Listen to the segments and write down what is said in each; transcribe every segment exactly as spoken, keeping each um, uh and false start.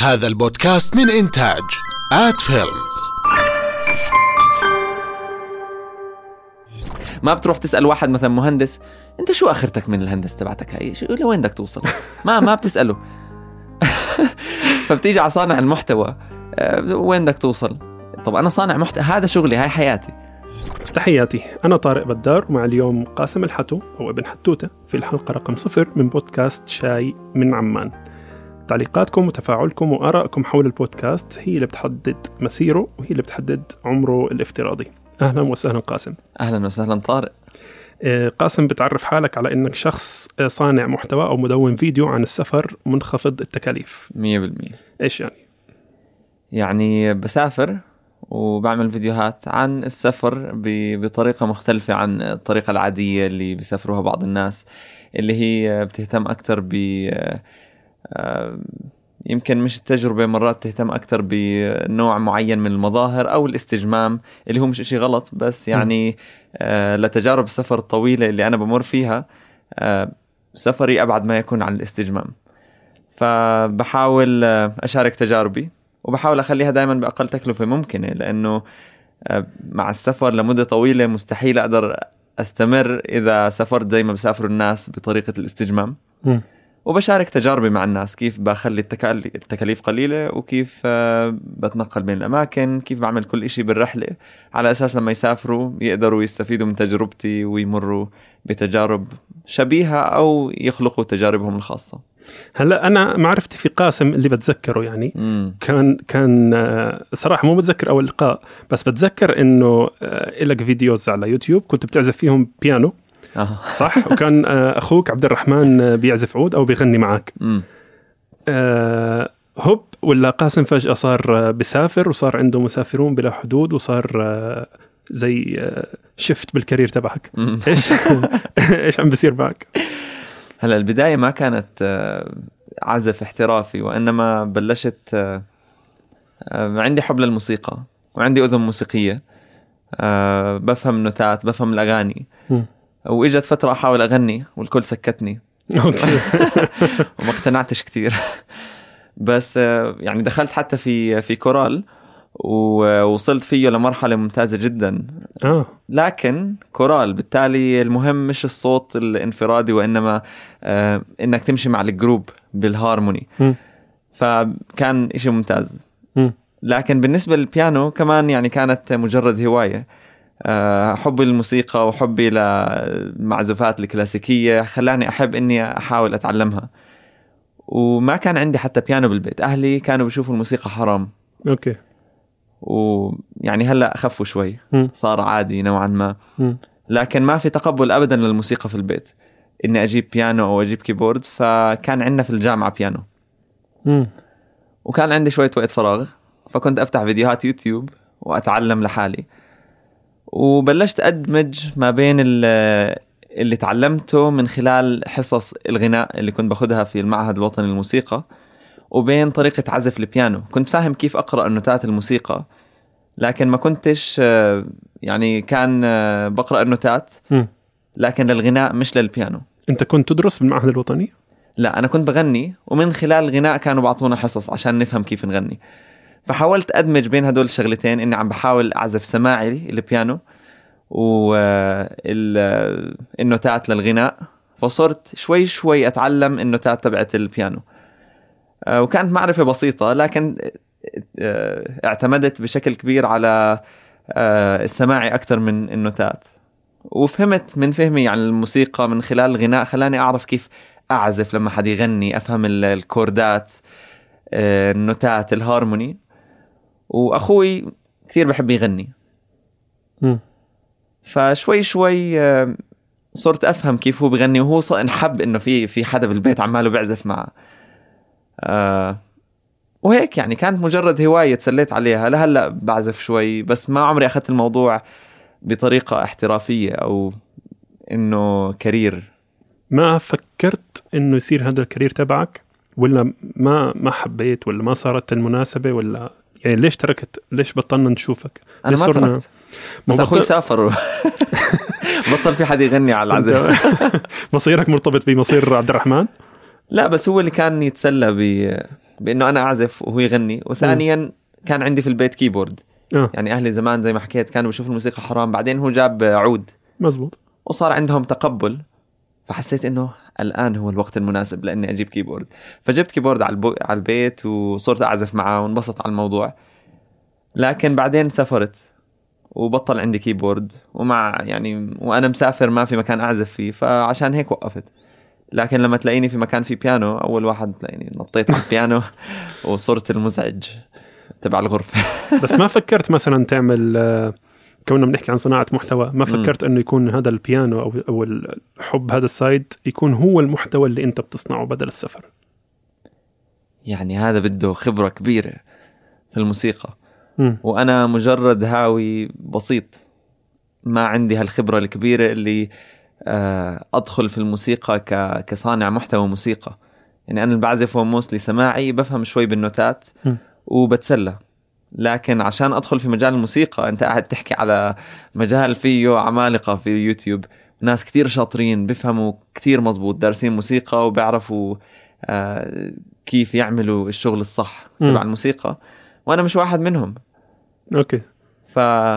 هذا البودكاست من إنتاج آت فيلمز. ما بتروح تسأل واحد مثلا مهندس انت شو آخرتك من الهندسة تبعتك هاي، شو وين بدك توصل؟ ما ما بتسأله. فبتيجي على صانع المحتوى، وين بدك توصل؟ طب أنا صانع محتوى، هذا شغلي، هاي حياتي. تحياتي، أنا طارق بدار، ومع اليوم قاسم الحتو أو ابن حتوتة في الحلقة رقم صفر من بودكاست شاي من عمان. تعليقاتكم وتفاعلكم وآرائكم حول البودكاست هي اللي بتحدد مسيره وهي اللي بتحدد عمره الافتراضي. أهلا وسهلا قاسم. أهلا وسهلا طارق. قاسم، بتعرف حالك على أنك شخص صانع محتوى أو مدون فيديو عن السفر منخفض التكاليف. مية بالمية. إيش يعني؟ يعني بسافر وبعمل فيديوهات عن السفر بطريقة مختلفة عن الطريقة العادية اللي بيسافروها بعض الناس، اللي هي بتهتم أكتر ب يمكن مش التجربة، مرات تهتم أكتر بنوع معين من المظاهر أو الاستجمام، اللي هو مش إشي غلط، بس يعني آه لتجارب السفر الطويلة اللي أنا بمر فيها، آه سفري أبعد ما يكون عن الاستجمام. فبحاول آه أشارك تجاربي، وبحاول أخليها دائما بأقل تكلفة ممكنة، لأنه آه مع السفر لمدة طويلة مستحيل أقدر أستمر إذا سافرت زي ما بسافروا الناس بطريقة الاستجمام. م. وبشارك تجاربي مع الناس، كيف بخلي التكاليف قليلة، وكيف بتنقل بين الأماكن، كيف بعمل كل إشي بالرحلة، على أساس لما يسافروا يقدروا يستفيدوا من تجربتي ويمروا بتجارب شبيهة أو يخلقوا تجاربهم الخاصة. هلا أنا معرفتي في قاسم اللي بتذكره يعني م. كان كان صراحة مو بتذكر أول لقاء، بس بتذكر إنه إلك فيديوز على يوتيوب كنت بتعزف فيهم بيانو. آه. صح. وكان أخوك عبد الرحمن بيعزف عود أو بيغني معك. آه هوب ولا قاسم فجأة صار بسافر، وصار عنده مسافرون بلا حدود، وصار آه زي آه شفت بالكارير تبعك. إيش إيش عم بيصير معك؟ هلا البداية ما كانت آه عزف احترافي، وإنما بلشت آه آه عندي حب للموسيقى وعندي أذن موسيقية، آه بفهم النوتات، بفهم الأغاني. م. وإجت فترة أحاول أغني والكل سكتني. وما اقتنعتش كتير. بس يعني دخلت حتى في في كورال ووصلت فيه لمرحلة ممتازة جدا. لكن كورال بالتالي المهم مش الصوت الانفرادي، وإنما إنك تمشي مع الجروب بالهارموني. فكان إشي ممتاز. لكن بالنسبة للبيانو كمان يعني كانت مجرد هواية. حبي للموسيقى وحبي للمعزوفات الكلاسيكية خلاني أحب إني أحاول أتعلمها. وما كان عندي حتى بيانو بالبيت، أهلي كانوا بيشوفوا الموسيقى حرام. أوكي. ويعني هلأ أخفوا شوي، صار عادي نوعا ما. لكن ما في تقبل أبدا للموسيقى في البيت، إني أجيب بيانو أو أجيب كيبورد. فكان عندنا في الجامعة بيانو. م. وكان عندي شوية وقت فراغ، فكنت أفتح فيديوهات يوتيوب وأتعلم لحالي. وبلشت أدمج ما بين اللي تعلمته من خلال حصص الغناء اللي كنت باخدها في المعهد الوطني للموسيقى، وبين طريقة عزف البيانو. كنت فاهم كيف أقرأ النوتات الموسيقى، لكن ما كنتش يعني كان بقرأ النوتات لكن للغناء مش للبيانو. أنت كنت تدرس بالمعهد الوطني؟ لا، أنا كنت بغني، ومن خلال الغناء كانوا بعطونا حصص عشان نفهم كيف نغني. فحاولت أدمج بين هدول الشغلتين، إني عم بحاول أعزف سماعي البيانو والنوتات للغناء. فصرت شوي شوي أتعلم النوتات تبعت البيانو، وكانت معرفة بسيطة، لكن اعتمدت بشكل كبير على السماعي أكتر من النوتات. وفهمت من فهمي عن الموسيقى من خلال الغناء خلاني أعرف كيف أعزف لما حد يغني، أفهم الكوردات، النوتات، الهارموني. وأخوي كثير بحب يغني. م. فشوي شوي صرت أفهم كيف هو بيغني، وهو صار نحب إنه في في حدا بالبيت عماله بيعزف معه. آه وهيك يعني كانت مجرد هواية تسليت عليها. لهلا بعزف شوي، بس ما عمري أخذت الموضوع بطريقة احترافية أو إنه كارير. ما فكرت إنه يصير هذا الكارير تبعك، ولا ما ما حبيت، ولا ما صارت المناسبة، ولا يعني ليش تركت؟ ليش بطلنا نشوفك؟ أنا ما تركت، بس أخوي بطل... سافر بطل في حد يغني على العزف. مصيرك مرتبط بمصير عبد الرحمن؟ لا، بس هو اللي كان يتسلى ب... بانه انا اعزف وهو يغني، وثانيا م. كان عندي في البيت كيبورد. آه. يعني اهلي زمان زي ما حكيت كانوا بيشوفوا الموسيقى حرام، بعدين هو جاب عود مزبوط وصار عندهم تقبل، فحسيت انه الان هو الوقت المناسب لاني اجيب كيبورد. فجبت كيبورد على البو... على البيت وصرت اعزف معه وانبسط على الموضوع. لكن بعدين سافرت وبطل عندي كيبورد، ومع يعني وانا مسافر ما في مكان اعزف فيه، فعشان هيك وقفت. لكن لما تلاقيني في مكان في بيانو، اول واحد تلاقيني نطيت على البيانو وصرت المزعج تبع الغرفة. بس ما فكرت مثلا تعمل، كوننا بنحكي عن صناعة محتوى، ما فكرت انه يكون هذا البيانو او او الحب هذا السايد يكون هو المحتوى اللي انت بتصنعه بدل السفر؟ يعني هذا بده خبرة كبيرة في الموسيقى، م. وانا مجرد هاوي بسيط، ما عندي هالخبرة الكبيرة اللي ادخل في الموسيقى كصانع محتوى موسيقى. يعني انا اللي بعزفه موسلي سماعي، بفهم شوي بالنوتات م. وبتسلى. لكن عشان ادخل في مجال الموسيقى، انت قاعد تحكي على مجال فيه عمالقة في يوتيوب، ناس كتير شاطرين بيفهموا كتير مزبوط، دارسين موسيقى وبيعرفوا آه كيف يعملوا الشغل الصح تبع الموسيقى، وانا مش واحد منهم. اوكي. ف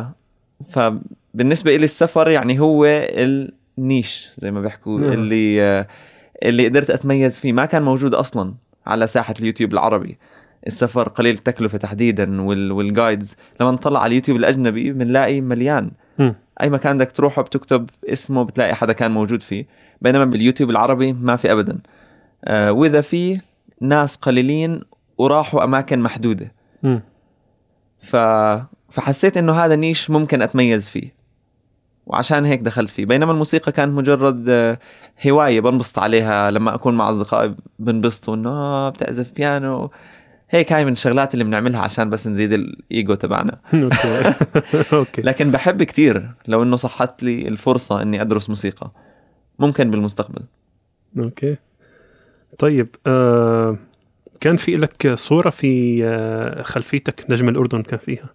فبالنسبة إلي السفر يعني هو النيش زي ما بيحكوا، اللي آه اللي قدرت اتميز فيه، ما كان موجود اصلا على ساحة اليوتيوب العربي. السفر قليل التكلفة تحديدا، وال والجايدز لما نطلع على اليوتيوب الأجنبي بنلاقي مليان. م. أي مكان بدك تروحه بتكتب اسمه بتلاقي حدا كان موجود فيه، بينما باليوتيوب العربي ما في أبدا. آه وإذا في ناس قليلين وراحوا أماكن محدودة. م. ف... فحسيت إنه هذا نيش ممكن أتميز فيه، وعشان هيك دخلت فيه. بينما الموسيقى كانت مجرد هواية بنبسط عليها، لما أكون مع أصدقائي بنبسطوا إنه بتعزف بيانو هيك، هاي من الشغلات اللي بنعملها عشان بس نزيد الإيجو تبعنا. أوكي. لكن بحب كتير لو إنه صحت لي الفرصة إني أدرس موسيقى، ممكن بالمستقبل. أوكي طيب. آه كان في لك صورة في آه خلفيتك نجم الأردن كان فيها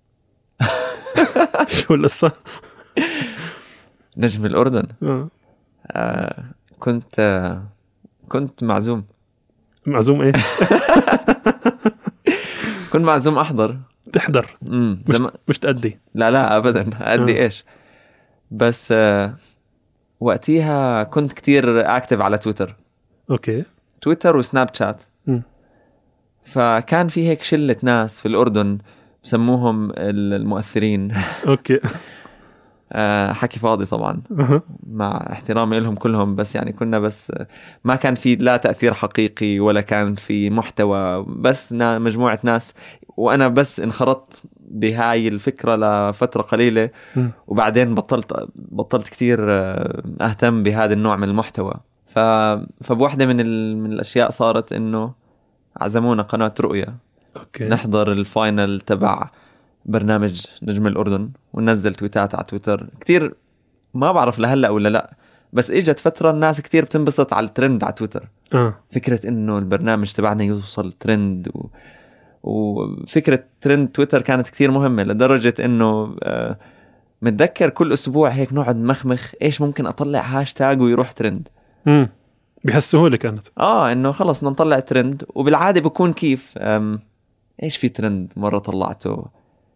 شو القصة؟ نجم الأردن آه. آه كنت آه كنت معزوم معزوم إيه؟ كنت معزوم أحضر تحضر مم. مش, زم... مش تأدي. لا لا أبدا أدي آه. إيش. بس آه وقتيها كنت كتير أكتف على تويتر. أوكي. تويتر وسناب شات. م. فكان في هيك شلة ناس في الأردن بسموهم المؤثرين. أوكي. آه حكي فاضي طبعا مع احترامي لهم كلهم، بس يعني كنا بس ما كان في لا تأثير حقيقي ولا كان في محتوى، بس مجموعة ناس، وأنا بس انخرطت بهاي الفكرة لفترة قليلة، وبعدين بطلت بطلت كثير أهتم بهذا النوع من المحتوى. ف فبواحدة من ال... من الأشياء صارت إنه عزمونا قناة رؤية أوكي. نحضر الفاينل تبع برنامج نجم الأردن، وننزل تويتات على تويتر كتير. ما بعرف لهلأ ولا لا، بس إجت فترة الناس كتير بتنبسط على الترند على تويتر. آه. فكرة إنه البرنامج تبعنا يوصل ترند و... وفكرة ترند تويتر كانت كتير مهمة، لدرجة إنه آه متذكر كل أسبوع هيك نقعد مخمخ إيش ممكن أطلع هاشتاج ويروح ترند. امم بهالسهولة كانت. آه إنه خلص نطلع ترند، وبالعادة بكون كيف أم... إيش في ترند مرة طلعته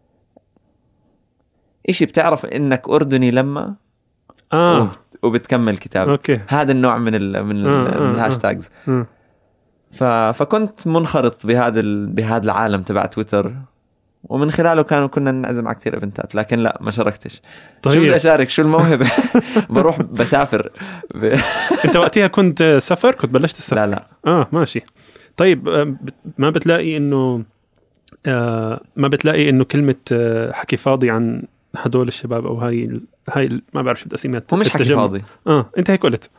إشي بتعرف إنك أردني لما آه. وبتكمل كتاب. أوكي. هذا النوع من ال من, ال آه. من الهاشتاجز. آه. ف فكنت منخرط بهذا ال بهذا العالم تبع تويتر، ومن خلاله كانوا كنا نعزم على كتير إيفنتات، لكن لا ما شاركتش. طيب. شو بدي أشارك؟ شو الموهبة؟ بروح بسافر. ب... أنت وقتها كنت سفر؟ كنت بلشت السفر؟ لا لا. آه ماشي. طيب ما بتلاقي إنه آه ما بتلاقي إنه كلمة آه حكي فاضي عن هدول الشباب أو هاي هاي ما بعرف شو بدي أسميها، هو مش حكي فاضي. آه أنت هيك قلت.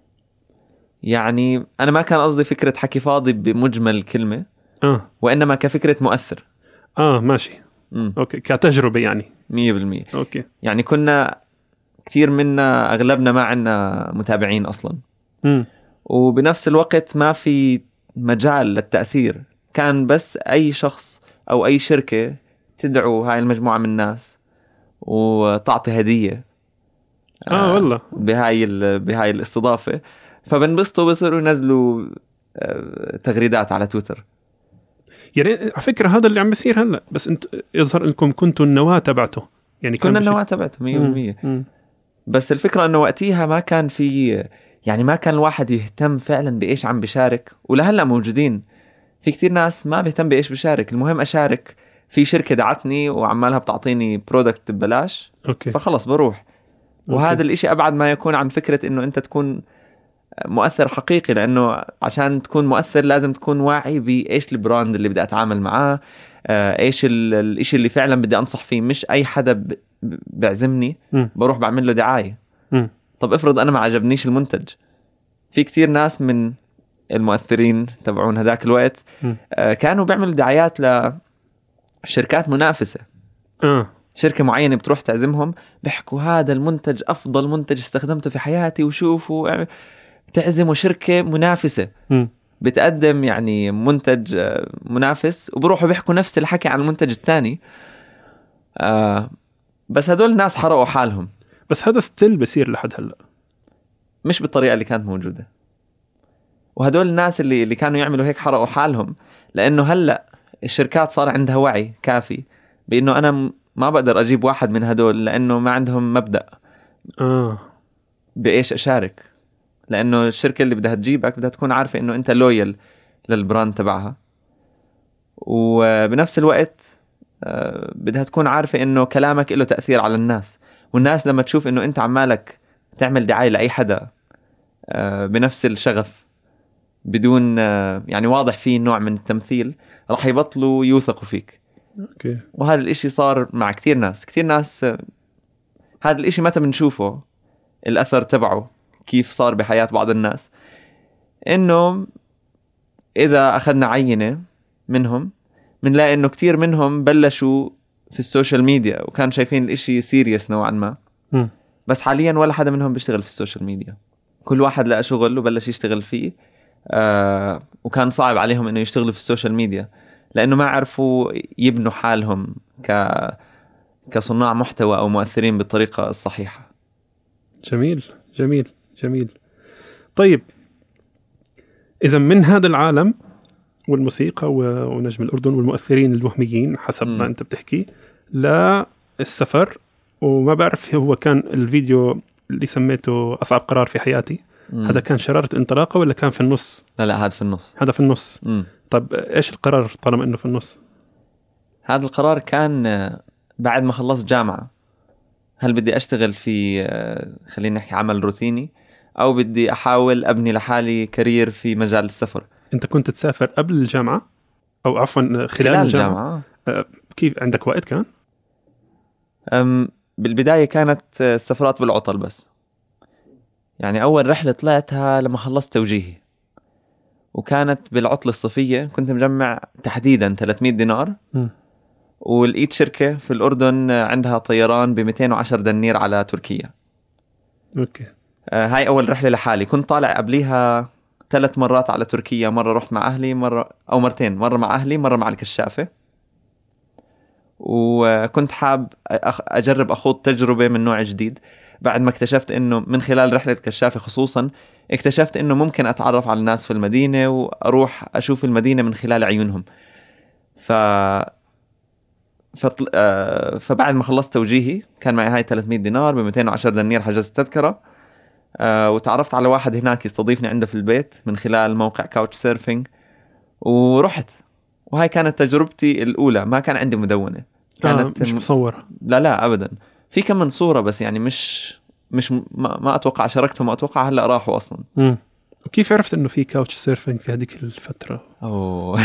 يعني أنا ما كان قصدي فكرة حكي فاضي بمجمل الكلمة، آه وإنما كفكرة مؤثر. آه ماشي. مم. أوكي كتجربة يعني. مية بالمية. أوكي. يعني كنا كتير منا أغلبنا ما عنا متابعين أصلا. مم. وبنفس الوقت ما في مجال للتأثير، كان بس أي شخص أو أي شركة تدعو هاي المجموعة من الناس وتعطي هدية آه والله بهاي بهاي الاستضافة، فبنبسطوا بصيروا ينزلوا تغريدات على تويتر. يعني على فكرة هذا اللي عم بيصير هلا، بس انت يظهر انكم كنتوا النواة تبعته. يعني كنا النواة تبعته مية بالمية. بس الفكرة انه وقتها ما كان في، يعني ما كان الواحد يهتم فعلا بإيش عم بشارك. ولهلا موجودين في كتير ناس ما بيهتم بإيش بشارك، المهم أشارك في شركة دعتني وعمالها بتعطيني برودكت ببلاش، أوكي. فخلص بروح. وهذا أوكي. الإشي أبعد ما يكون عن فكرة إنه أنت تكون مؤثر حقيقي، لأنه عشان تكون مؤثر لازم تكون واعي بإيش البراند اللي بدي أتعامل معاه، إيش الإشي اللي فعلا بدي أنصح فيه. مش أي حدا بعزمني بروح بعمل له دعاية. م. طب افرض أنا ما عجبنيش المنتج. في كتير ناس من المؤثرين تبعون هذاك الوقت آه كانوا بيعملوا دعايات لشركات منافسة. آه. شركة معينة بتروح تعزمهم بيحكوا هذا المنتج أفضل منتج استخدمته في حياتي وشوفوا، تعزموا شركة منافسة م. بتقدم يعني منتج آه منافس، وبروحوا بيحكوا نفس الحكي عن المنتج الثاني. آه بس هدول الناس حرقوا حالهم. بس هذا ستيل بيصير لحد هلأ، مش بالطريقة اللي كانت موجودة. وهدول الناس اللي اللي كانوا يعملوا هيك حرقوا حالهم، لأنه هلأ الشركات صار عندها وعي كافي بأنه أنا ما بقدر أجيب واحد من هدول لأنه ما عندهم مبدأ آه. بإيش أشارك. لأنه الشركة اللي بدها تجيبك بدها تكون عارفة أنه أنت لويال للبراند تبعها، وبنفس الوقت بدها تكون عارفة أنه كلامك له تأثير على الناس. والناس لما تشوف أنه أنت عمالك تعمل دعاية لأي حدا بنفس الشغف بدون يعني واضح فيه نوع من التمثيل، راح يبطلوا يوثقوا فيك. أوكي. وهذا الاشي صار مع كتير ناس كتير ناس هذا الاشي متى بنشوفه الأثر تبعه كيف صار بحياة بعض الناس، إنه إذا أخذنا عينة منهم بنلاقي إنه كتير منهم بلشوا في السوشيال ميديا وكان شايفين الاشي سيريس نوعا ما. م. بس حاليا ولا حدا منهم بيشتغل في السوشيال ميديا، كل واحد لقى شغل وبلش يشتغل فيه. آه وكان صعب عليهم إنه يشتغلوا في السوشيال ميديا لأنه ما عرفوا يبنوا حالهم ك كصناع محتوى أو مؤثرين بالطريقة الصحيحة. جميل جميل جميل. طيب إذا من هذا العالم والموسيقى ونجم الأردن والمؤثرين الوهميين حسب م. ما أنت بتحكي للسفر، وما بعرف هو كان الفيديو اللي سميته أصعب قرار في حياتي، هذا كان شرارة انطلاقة ولا كان في النص؟ لا لا هذا في النص. هذا في النص. م. طب إيش القرار طالما إنه في النص؟ هذا القرار كان بعد ما خلصت جامعة، هل بدي أشتغل في خلينا نحكي عمل روتيني أو بدي أحاول أبني لحالي كارير في مجال السفر. أنت كنت تسافر قبل الجامعة أو عفوا خلال, خلال الجامعة؟ الجامعة. كيف عندك وقت كان؟ أم بالبداية كانت السفرات بالعطل بس، يعني أول رحلة طلعتها لما خلصت توجيهي وكانت بالعطلة الصيفية، كنت مجمع تحديدا ثلاثمية دينار م. ولقيت شركة في الأردن عندها طيران ب مئتين وعشرة دنانير على تركيا. أوكي. آه هاي أول رحلة لحالي. كنت طالع قبليها ثلاث مرات على تركيا، مرة رحت مع أهلي مرة أو مرتين، مرة مع أهلي مرة مع الكشافة. وكنت حاب أجرب أخوض تجربة من نوع جديد بعد ما اكتشفت إنه من خلال رحلة الكشافة خصوصا اكتشفت إنه ممكن أتعرف على الناس في المدينة وأروح أشوف المدينة من خلال عيونهم. ف فطل... آه... فبعد ما خلصت توجيهي كان معي هاي ثلاثمية دينار ب مئتين وعشرة دنانير، حجزت تذكرة آه... وتعرفت على واحد هناك يستضيفني عنده في البيت من خلال موقع كاوتش سيرفينج ورحت. وهاي كانت تجربتي الأولى، ما كان عندي مدونة، كانت آه مش مصورة. لا لا أبدا، في كم من صورة بس يعني مش مش ما, ما أتوقع شاركتهم، ما أتوقع هلأ راحوا أصلا. مم. وكيف عرفت إنه في كاوتش سيرفينج في هذيك الفترة؟ أوه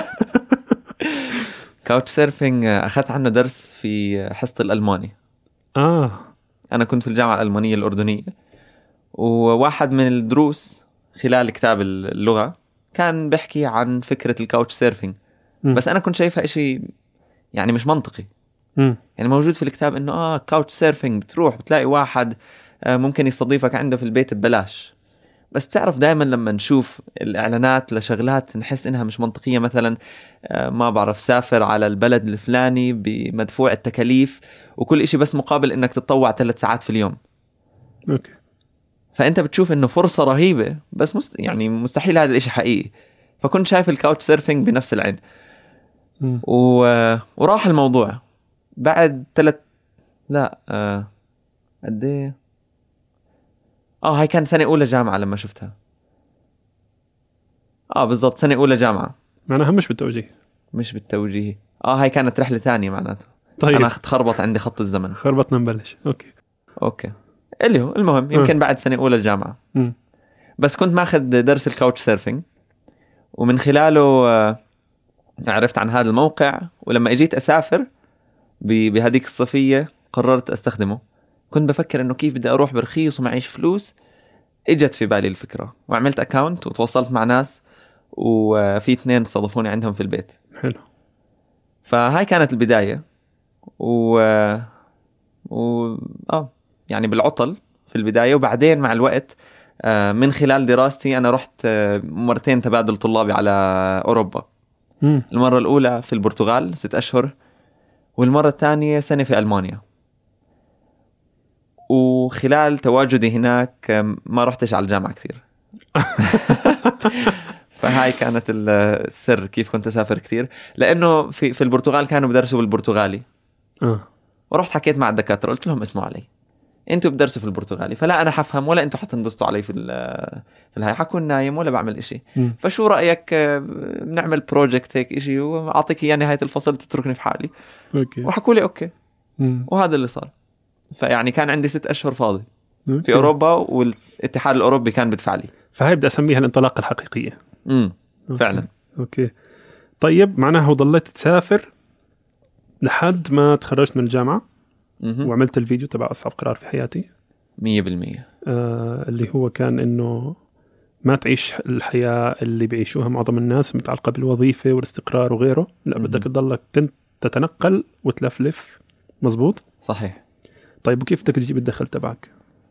كاوتش سيرفينج أخذت عنه درس في حصة الألماني. آه أنا كنت في الجامعة الألمانية الأردنية، وواحد من الدروس خلال كتاب اللغة كان بيحكي عن فكرة الكاوتش سيرفينج. م. بس أنا كنت شايفها إشي يعني مش منطقي. م. يعني موجود في الكتاب إنه آه كاوتش سيرفينج بتروح بتلاقي واحد آه ممكن يستضيفك عنده في البيت ببلاش. بس بتعرف دائما لما نشوف الإعلانات لشغلات نحس إنها مش منطقية، مثلا آه ما بعرف سافر على البلد الفلاني بمدفوع التكاليف وكل إشي بس مقابل إنك تتطوع ثلاث ساعات في اليوم. أوكي. فأنت بتشوف إنه فرصة رهيبة بس مست... يعني مستحيل هذا الإشي حقيقي. فكنت شايف الكاوتش سيرفينج بنفس العين. و... وراح الموضوع بعد ثلاث لا آه... قد ايه اه هاي كان سنة أولى جامعة لما شفتها. اه بالضبط سنة أولى جامعة. معناها مش بالتوجيه. مش بالتوجيه. اه هاي كانت رحلة تانية معناته. طيب. أنا تخربط عندي خط الزمن. خربطنا نبلش. أوكي. أوكي. اللي هو المهم يمكن آه. بعد سنة أولى الجامعة. م. بس كنت ماخذ درس الكاوتش سيرفينج ومن خلاله آه عرفت عن هذا الموقع. ولما اجيت أسافر بهديك الصيفية قررت أستخدمه. كنت بفكر إنه كيف بدي أروح برخيص ومعيش فلوس. اجت في بالي الفكرة وعملت أكاونت وتواصلت مع ناس وفي اثنين صادفوني عندهم في البيت. حلو. فهاي كانت البداية و... و... آه يعني بالعطل في البداية. وبعدين مع الوقت آه من خلال دراستي أنا رحت آه مرتين تبادل طلابي على أوروبا. م. المرة الأولى في البرتغال ست أشهر والمرة الثانية سنة في ألمانيا. وخلال تواجدي هناك ما رحتش على الجامعة كثير. فهاي كانت السر كيف كنت أسافر كثير لأنه في في البرتغال كانوا بدرسوا بالبرتغالي. آه. ورحت حكيت مع الدكاترة قلت لهم اسمعوا علي انتوا بدرسوا في البرتغالي فلا أنا حفهم ولا انتوا حتنبسطوا علي في في الهاي حكون نايم ولا بعمل إشي. م. فشو رأيك بنعمل بروجكت هيك إشي وأعطيك إياه نهاية الفصل تتركني في حالي. أوكي. وحكوا لي أوكي. م. وهذا اللي صار. فيعني كان عندي ست أشهر فاضي أوكي. في أوروبا والاتحاد الأوروبي كان بدفع لي. فهاي بدي أسميها الانطلاقة الحقيقية. امم فعلا. أوكي. طيب معناها ضليت تسافر لحد ما تخرجت من الجامعة. مم. وعملت الفيديو تبع أصعب قرار في حياتي. مية بالمية. آه اللي هو كان إنه ما تعيش الحياة اللي بيعيشوها معظم الناس متعلقة بالوظيفة والاستقرار وغيره. لا بدك تضلك تتنقل وتلفلف. مزبوط. صحيح. طيب وكيف بدك تجيب الدخل تبعك؟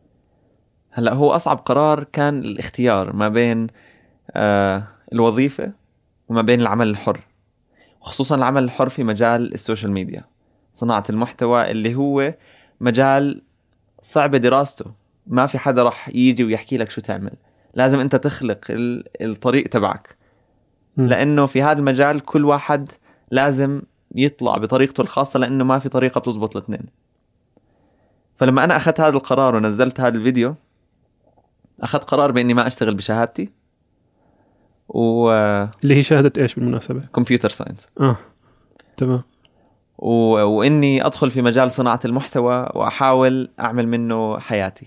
هلا هو أصعب قرار كان الاختيار ما بين آه الوظيفة وما بين العمل الحر. وخصوصا العمل الحر في مجال السوشيال ميديا صناعة المحتوى اللي هو مجال صعب دراسته. ما في حدا رح يجي ويحكي لك شو تعمل. لازم أنت تخلق الطريق تبعك. م. لأنه في هذا المجال كل واحد لازم يطلع بطريقته الخاصة لأنه ما في طريقة بتزبط الاثنين. فلما أنا أخذت هذا القرار ونزلت هذا الفيديو أخذت قرار بإني ما أشتغل بشهادتي و... اللي هي شهادة إيش بالمناسبة؟ كمبيوتر ساينس. آه تمام. و... وإني أدخل في مجال صناعة المحتوى وأحاول أعمل منه حياتي.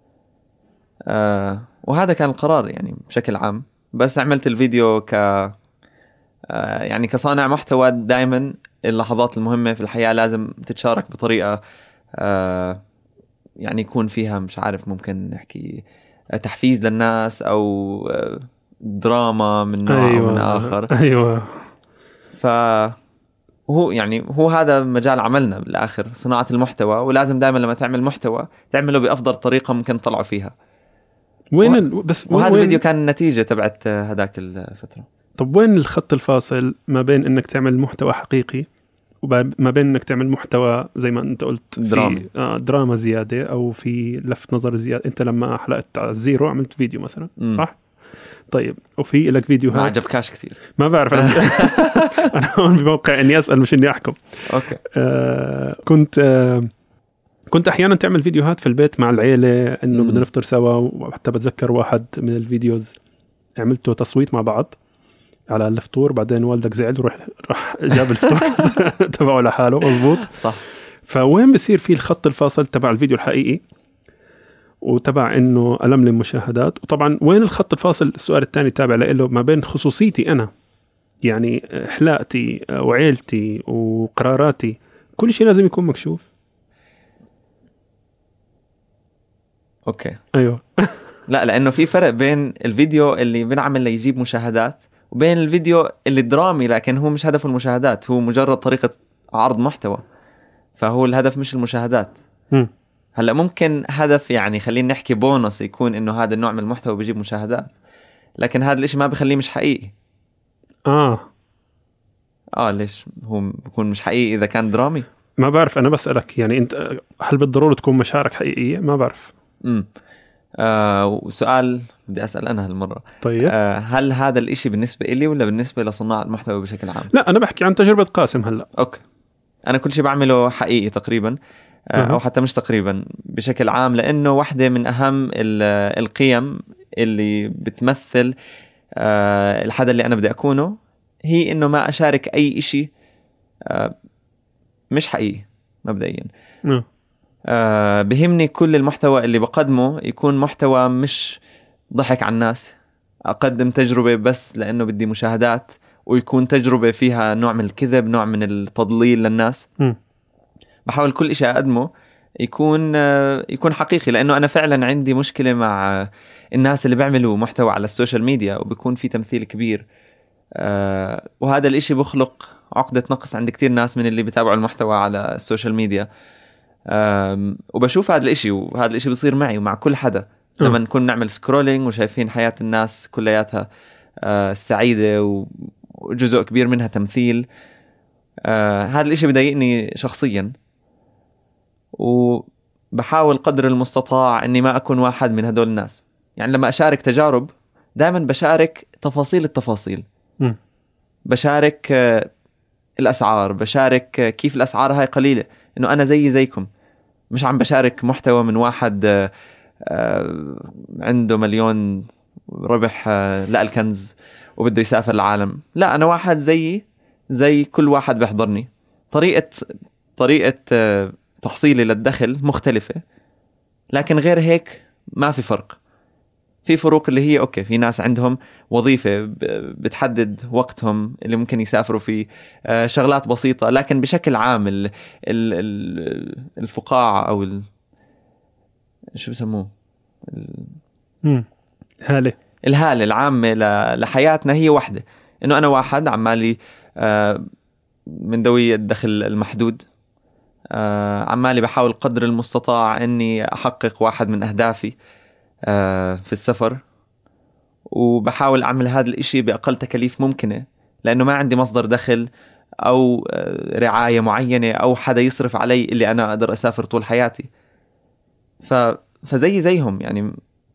آه... وهذا كان القرار يعني بشكل عام. بس عملت الفيديو ك آه... يعني كصانع محتوى دائما اللحظات المهمة في الحياة لازم تتشارك بطريقة آه... يعني يكون فيها مش عارف ممكن نحكي تحفيز للناس أو آه... دراما من نوع أيوة. أو من آخر. أيوة. فهو يعني هو هذا مجال عملنا بالآخر صناعة المحتوى. ولازم دائما لما تعمل محتوى تعمله بأفضل طريقة ممكن تطلعوا فيها. وين و... ال... بس وهذا وين... الفيديو كان النتيجة تبعت هداك الفترة. طب وين الخط الفاصل ما بين إنك تعمل محتوى حقيقي وما بين إنك تعمل محتوى زي ما أنت قلت دراما آه دراما زيادة أو في لفت نظر زيادة؟ أنت لما حلقت على الزيرو عملت فيديو مثلا م. صح؟ طيب وفي لك فيديوهات ما عجبكاش كثير. ما بعرف أنا أنا هون بموقع إني أسأل مش إني أحكم. أوكي. آه كنت آه كنت أحيانا تعمل فيديوهات في البيت مع العيلة إنه بدنا نفطر سوا. وحتى بتذكر واحد من الفيديوز عملته تصويت مع بعض على الفطور بعدين والدك زعل وراح راح جاب الفطور تبعه لحاله. مزبوط صح. فوين بصير في الخط الفاصل تبع الفيديو الحقيقي وتبع انه ألملم مشاهدات؟ وطبعا وين الخط الفاصل السؤال الثاني تابع له ما بين خصوصيتي انا يعني حلاقتي وعيلتي وقراراتي كل شيء لازم يكون مكشوف. اوكي. ايوه. لا لانه في فرق بين الفيديو اللي بنعمل ليجيب مشاهدات وبين الفيديو اللي درامي لكن هو مش هدفه المشاهدات. هو مجرد طريقة عرض محتوى. فهو الهدف مش المشاهدات. م. هلا ممكن هدف يعني خلينا نحكي بونص يكون انه هذا النوع من المحتوى بيجيب مشاهدات لكن هذا الاشي ما بخليه مش حقيقي. اه اه ليش هو بيكون مش حقيقي اذا كان درامي؟ ما بعرف. انا بسألك يعني انت هل بالضرورة تكون مشاعرك حقيقية؟ ما بعرف. امم آه وسؤال بدي أسأل أنا هالمرة. طيب آه هل هذا الإشي بالنسبة إلي ولا بالنسبة لصناع المحتوى بشكل عام؟ لا أنا بحكي عن تجربة قاسم هلأ. أوكي أنا كل شيء بعمله حقيقي تقريبا آه أو حتى مش تقريبا بشكل عام، لأنه واحدة من أهم القيم اللي بتمثل آه الحدا اللي أنا بدي أكونه هي إنه ما أشارك أي إشي آه مش حقيقي مبدئيا. نعم. آه بهمني كل المحتوى اللي بقدمه يكون محتوى مش ضحك على الناس، أقدم تجربة بس لأنه بدي مشاهدات، ويكون تجربة فيها نوع من الكذب، نوع من التضليل للناس. م. بحاول كل إشي أقدمه يكون آه يكون حقيقي، لأنه أنا فعلا عندي مشكلة مع الناس اللي بيعملوا محتوى على السوشيال ميديا وبيكون في تمثيل كبير، آه وهذا الإشي بخلق عقدة نقص عند كتير ناس من اللي بيتابعوا المحتوى على السوشيال ميديا. وبشوف هذا الاشي، وهذا الاشي بيصير معي ومع كل حدا لما نكون نعمل سكرولينج وشايفين حياة الناس كلياتها سعيدة وجزء كبير منها تمثيل. هذا الاشي بضايقني شخصيا، وبحاول قدر المستطاع اني ما اكون واحد من هدول الناس. يعني لما اشارك تجارب دائما بشارك تفاصيل التفاصيل م. بشارك الاسعار، بشارك كيف الاسعار هاي قليلة، انه انا زي زيكم، مش عم بشارك محتوى من واحد عنده مليون ربح لا الكنز وبده يسافر العالم. لا انا واحد زيي زي كل واحد بيحضرني. طريقة طريقة تحصيلي للدخل مختلفة، لكن غير هيك ما في فرق. في فروق اللي هي أوكي، في ناس عندهم وظيفة بتحدد وقتهم اللي ممكن يسافروا فيه، شغلات بسيطة، لكن بشكل عام ال ال الفقاعة أو ال شو بسموه ال... هالة الهالة العامة لحياتنا هي واحدة، إنه أنا واحد عمالي من ذوي الدخل المحدود، عمالي بحاول قدر المستطاع إني أحقق واحد من أهدافي في السفر، وبحاول أعمل هذا الإشي بأقل تكاليف ممكنة، لأنه ما عندي مصدر دخل أو رعاية معينة أو حدا يصرف علي اللي أنا أقدر أسافر طول حياتي. ف... فزي زيهم يعني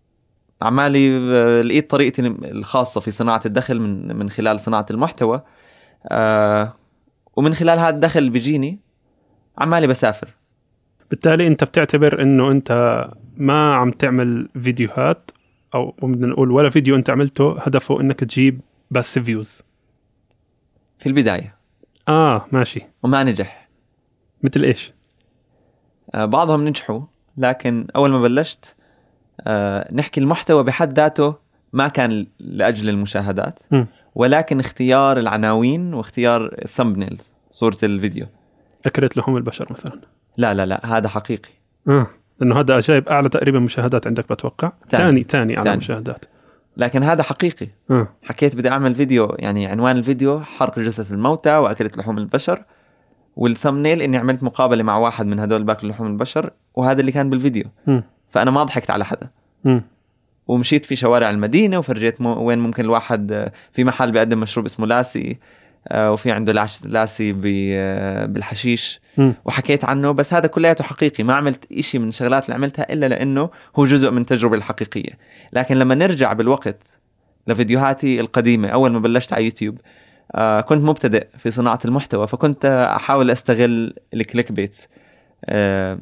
عمالي لقيت طريقتي الخاصة في صناعة الدخل من من خلال صناعة المحتوى، آه ومن خلال هذا الدخل اللي بيجيني عمالي بسافر. بالتالي أنت بتعتبر إنه أنت ما عم تعمل فيديوهات، أو بدنا نقول ولا فيديو أنت عملته هدفه إنك تجيب بس فيوز في البداية. آه ماشي. وما نجح. مثل إيش؟ آه بعضهم نجحوا، لكن أول ما بلشت آه نحكي المحتوى بحد ذاته ما كان لأجل المشاهدات، م. ولكن اختيار العناوين واختيار الثمبنيلز، صورة الفيديو. أكلت لحوم البشر مثلا؟ لا لا لا هذا حقيقي. آه. إنه هذا جايب أعلى تقريبا مشاهدات عندك بتوقع. تاني تاني على مشاهدات. لكن هذا حقيقي. آه. حكيت بدي أعمل فيديو، يعني عنوان الفيديو حرق جثث الموتى وأكلت لحوم البشر، والثمنيل إني عملت مقابلة مع واحد من هدول باكل لحوم البشر، وهذا اللي كان بالفيديو. م. فأنا ما ضحكت على حدا. م. ومشيت في شوارع المدينة وفرجيت مو وين ممكن الواحد في محل بيقدم مشروب اسمه لاسي، وفي عنده لاسي بالحشيش، م. وحكيت عنه. بس هذا كلياته حقيقي، ما عملت إشي من الشغلات اللي عملتها إلا لأنه هو جزء من تجربة الحقيقية. لكن لما نرجع بالوقت لفيديوهاتي القديمة أول ما بلشت على يوتيوب، آه كنت مبتدئ في صناعة المحتوى، فكنت أحاول أستغل الكليك بيتس، آه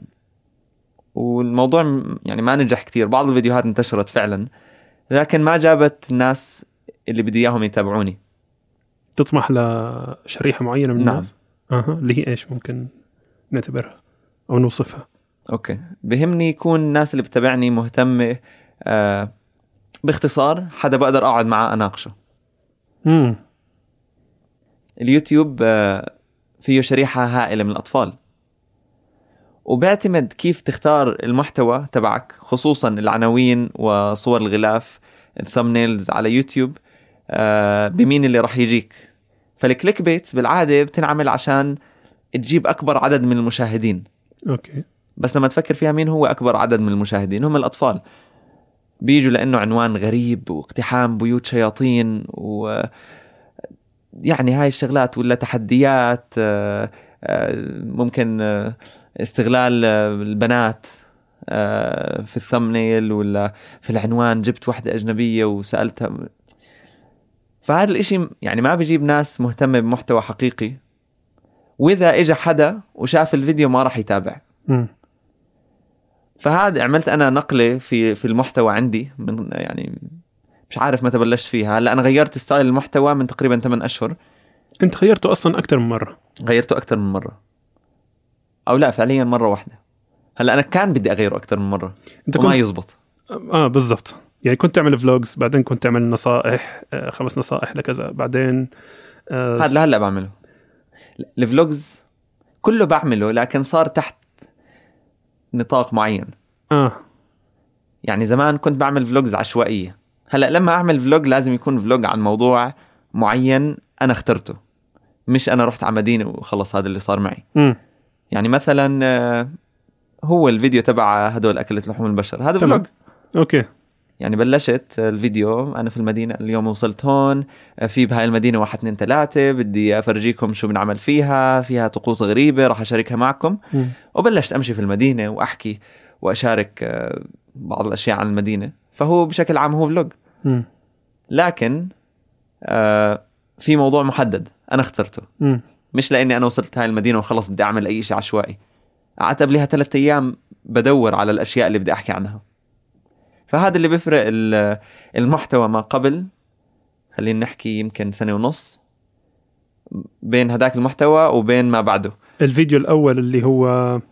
والموضوع يعني ما نجح كتير. بعض الفيديوهات انتشرت فعلا، لكن ما جابت الناس اللي بدي إياهم يتابعوني. تطمح لشريحة معينة من نعم. الناس؟ أها، اللي هي إيش ممكن نعتبرها أو نوصفها؟ أوكي، بهمني يكون الناس اللي بتابعني مهتمة، آه باختصار حدا بقدر أقعد معه أناقشه. مم. اليوتيوب آه فيه شريحة هائلة من الأطفال، وبيعتمد كيف تختار المحتوى تبعك، خصوصا العناوين وصور الغلاف الثمنيلز على يوتيوب، آه بمين اللي راح يجيك. فالكليك بيتس بالعادة بتنعمل عشان تجيب أكبر عدد من المشاهدين. أوكي. بس لما تفكر فيها، مين هو أكبر عدد من المشاهدين؟ هم الأطفال. بيجوا لأنه عنوان غريب واقتحام بيوت شياطين، و يعني هاي الشغلات، ولا تحديات، آه آه ممكن آه استغلال البنات في الثمنيل ولا في العنوان جبت واحدة أجنبية وسألتها. فهذا الاشي يعني ما بيجيب ناس مهتمة بمحتوى حقيقي، وإذا إجا حدا وشاف الفيديو ما راح يتابع. م. فهذا عملت أنا نقلة في في المحتوى عندي من يعني مش عارف متى بلشت فيها. هلا أنا غيرت ستايل المحتوى من تقريبا ثمانية أشهر. أنت غيرته أصلا أكتر من مرة؟ غيرته أكتر من مرة، أو لا فعليا مرة واحدة. هلا أنا كان بدي أغيره أكتر من مرة وما كنت... يزبط. آه بالضبط، يعني كنت تعمل فلوجز، بعدين كنت تعمل نصائح، آه خمس نصائح لكذا، بعدين آه هذا لهلا بعمله الفلوجز كله بعمله، لكن صار تحت نطاق معين. آه يعني زمان كنت بعمل فلوجز عشوائية، هلا لما أعمل فلوج لازم يكون فلوج عن موضوع معين أنا اخترته، مش أنا رحت على مدينة وخلص هذا اللي صار معي. م. يعني مثلا آه هو الفيديو تبع هدول أكلة لحوم البشر هذا فلوج. أوكي. يعني بلشت الفيديو أنا في المدينة، اليوم وصلت هون، في بهاي المدينة واحد اثنين ثلاثة، بدي أفرجيكم شو بنعمل فيها، فيها طقوس غريبة راح أشاركها معكم. م. وبلشت أمشي في المدينة وأحكي وأشارك بعض الأشياء عن المدينة. فهو بشكل عام هو فلوج. م. لكن آه في موضوع محدد أنا اخترته، م. مش لأني أنا وصلت هاي المدينة وخلص بدي أعمل أي شيء عشوائي. قعدت قبلها ثلاثة أيام بدور على الأشياء اللي بدي أحكي عنها. فهذا اللي بيفرق المحتوى ما قبل، خلينا نحكي يمكن سنة ونص بين هداك المحتوى وبين ما بعده. الفيديو الأول اللي هو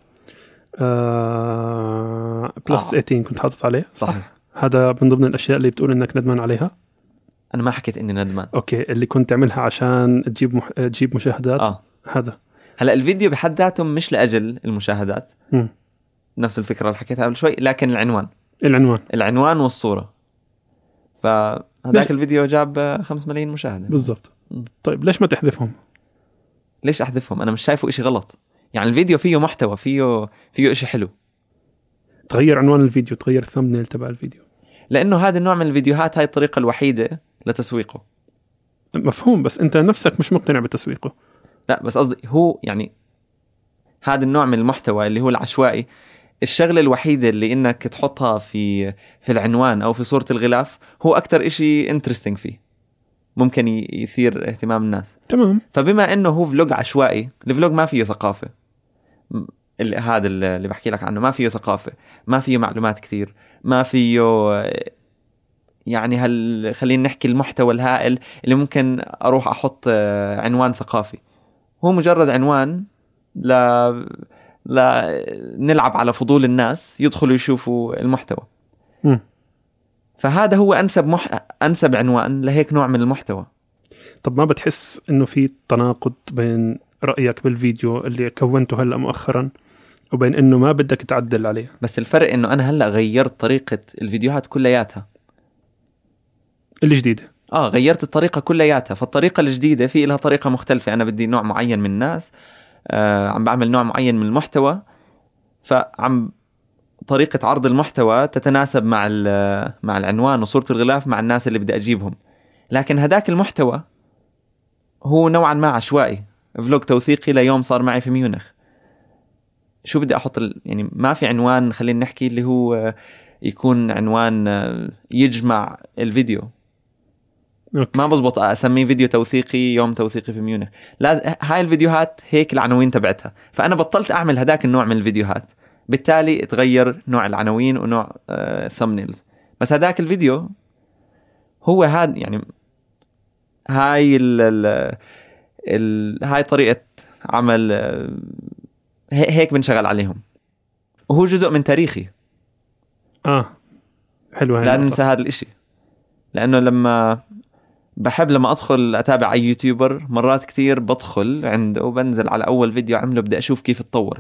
آه بلس آه. ثمانية عشر كنت حاطط عليه صح؟ صحيح. هذا من ضمن الأشياء اللي بتقول إنك ندمان عليها؟ أنا ما حكيت إني ندمان. أوكي، اللي كنت تعملها عشان تجيب مح... تجيب مشاهدات. آه. هذا هلأ الفيديو بحد ذاته مش لأجل المشاهدات. م. نفس الفكرة اللي حكيتها قبل شوي، لكن العنوان العنوان العنوان والصورة. فهذاك الفيديو جاب خمس ملايين مشاهدة بالضبط. طيب ليش ما تحذفهم؟ ليش أحذفهم؟ أنا مش شايفه إشي غلط. يعني الفيديو فيه محتوى، فيه فيه إشي حلو. تغير عنوان الفيديو، تغير الثامبنيل تبع الفيديو، لأنه هذا النوع من الفيديوهات هاي الطريقة الوحيدة لتسويقه. مفهوم، بس أنت نفسك مش مقتنع بتسويقه. لا بس قصدي هو يعني هذا النوع من المحتوى اللي هو العشوائي، الشغلة الوحيدة اللي إنك تحطها في في العنوان أو في صورة الغلاف هو أكتر إشي انترستينج فيه، ممكن يثير اهتمام الناس. تمام. فبما إنه هو فلوج عشوائي، الفلوج ما فيه ثقافة، اللي هذا اللي بحكي لك عنه ما فيه ثقافة، ما فيه معلومات كثير، ما فيه يعني هل خلينا نحكي المحتوى الهائل اللي ممكن أروح أحط عنوان ثقافي. هو مجرد عنوان لا لا نلعب على فضول الناس يدخلوا يشوفوا المحتوى. م. فهذا هو أنسب مح... أنسب عنوان لهيك نوع من المحتوى. طب ما بتحس إنه في تناقض بين رأيك بالفيديو اللي كونته هلأ مؤخرا وبين إنه ما بدك تعدل عليه؟ بس الفرق إنه أنا هلأ غيرت طريقة الفيديوهات كلياتها الجديدة. آه غيرت الطريقة كلياتها. فالطريقة الجديدة في لها طريقة مختلفة. أنا بدي نوع معين من الناس، آه عم بعمل نوع معين من المحتوى، فعم طريقة عرض المحتوى تتناسب مع مع العنوان وصورة الغلاف مع الناس اللي بدي أجيبهم. لكن هداك المحتوى هو نوعا ما عشوائي، فلوج توثيقي ليوم صار معي في ميونخ. شو بدي أحط ال... يعني ما في عنوان خلينا نحكي اللي هو يكون عنوان يجمع الفيديو. أوكي. ما بزبط أسميه فيديو توثيقي يوم توثيقي في ميونخ. لازم هاي الفيديوهات هيك العناوين تبعتها. فأنا بطلت أعمل هداك النوع من الفيديوهات، بالتالي تغير نوع العناوين ونوع الثامبنيلز. بس هداك الفيديو هو هاد يعني هاي ال ال ال هاي طريقة عمل، هيك بنشغل عليهم، وهو جزء من تاريخي. آه حلو. لا ننسى هذا الاشي، لأنه لما بحب لما أدخل أتابع أي يوتيوبر مرات كتير بدخل عنده وبنزل على أول فيديو عمله بدي أشوف كيف اتطور.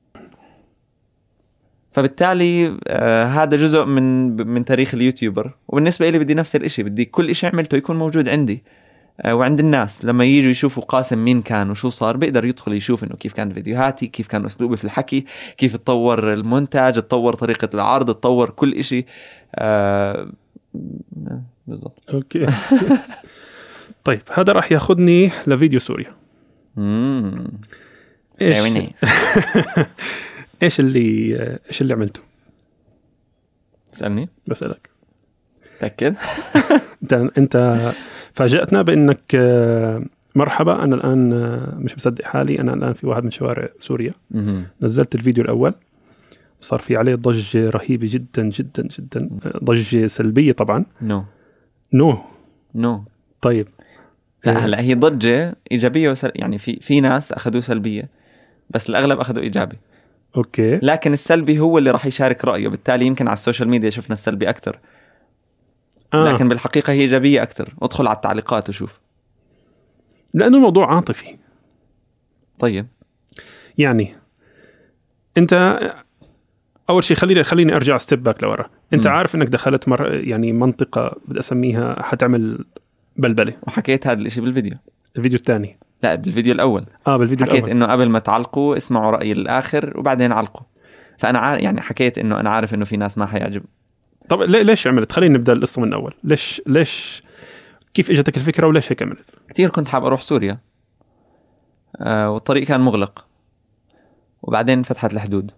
فبالتالي آه هذا جزء من من تاريخ اليوتيوبر. وبالنسبة لي بدي نفس الاشي، بدي كل إشي عملته يكون موجود عندي آه وعند الناس. لما ييجوا يشوفوا قاسم مين كان وشو صار، بيقدر يدخل يشوف إنه كيف كانت فيديوهاتي، كيف كان أسلوبي في الحكي، كيف اتطور المونتاج، اتطور طريقة العرض، اتطور كل إشي. آه بالضبط. أوكي. طيب هذا راح ياخدني لفيديو سوريا. امم ايش ايش اللي ايش اللي عملته؟ اسألني. بسألك. تأكد. انت انت فاجأتنا بانك مرحبا انا الان مش مصدق حالي، انا الان في واحد من شوارع سوريا. مهم. نزلت الفيديو الاول صار في عليه ضجة رهيبة جدا جدا جدا، ضجة سلبية طبعا. نو نو نو طيب لا هلا هي ضجة إيجابية وسل... يعني في في ناس أخذوه سلبية بس الأغلب أخذوه إيجابي. اوكي. لكن السلبي هو اللي راح يشارك رأيه، بالتالي يمكن على السوشيال ميديا شفنا السلبي أكتر. آه. لكن بالحقيقة هي إيجابية أكتر. ادخل على التعليقات وشوف. لأنه الموضوع عاطفي. طيب يعني أنت أول شيء خليني خليني أرجع ستيب باك لورا. أنت م. عارف إنك دخلت مر... يعني منطقة بدي أسميها حتعمل بلبلة، وحكيت هذا الإشي بالفيديو. الفيديو الثاني؟ لا بالفيديو الأول. آه بالفيديو حكيت الأول. إنه قبل ما تعلقوا اسمعوا رأيي الآخر وبعدين علقوا. فأنا عارف يعني حكيت إنه أنا عارف إنه في ناس ما حيعجب. طب ليش عملت؟ خلينا نبدأ القصة من الأول. ليش ليش كيف إجتك الفكرة وليش هيك عملت؟ كتير كنت حاب أروح سوريا آه والطريق كان مغلق، وبعدين فتحت الحدود.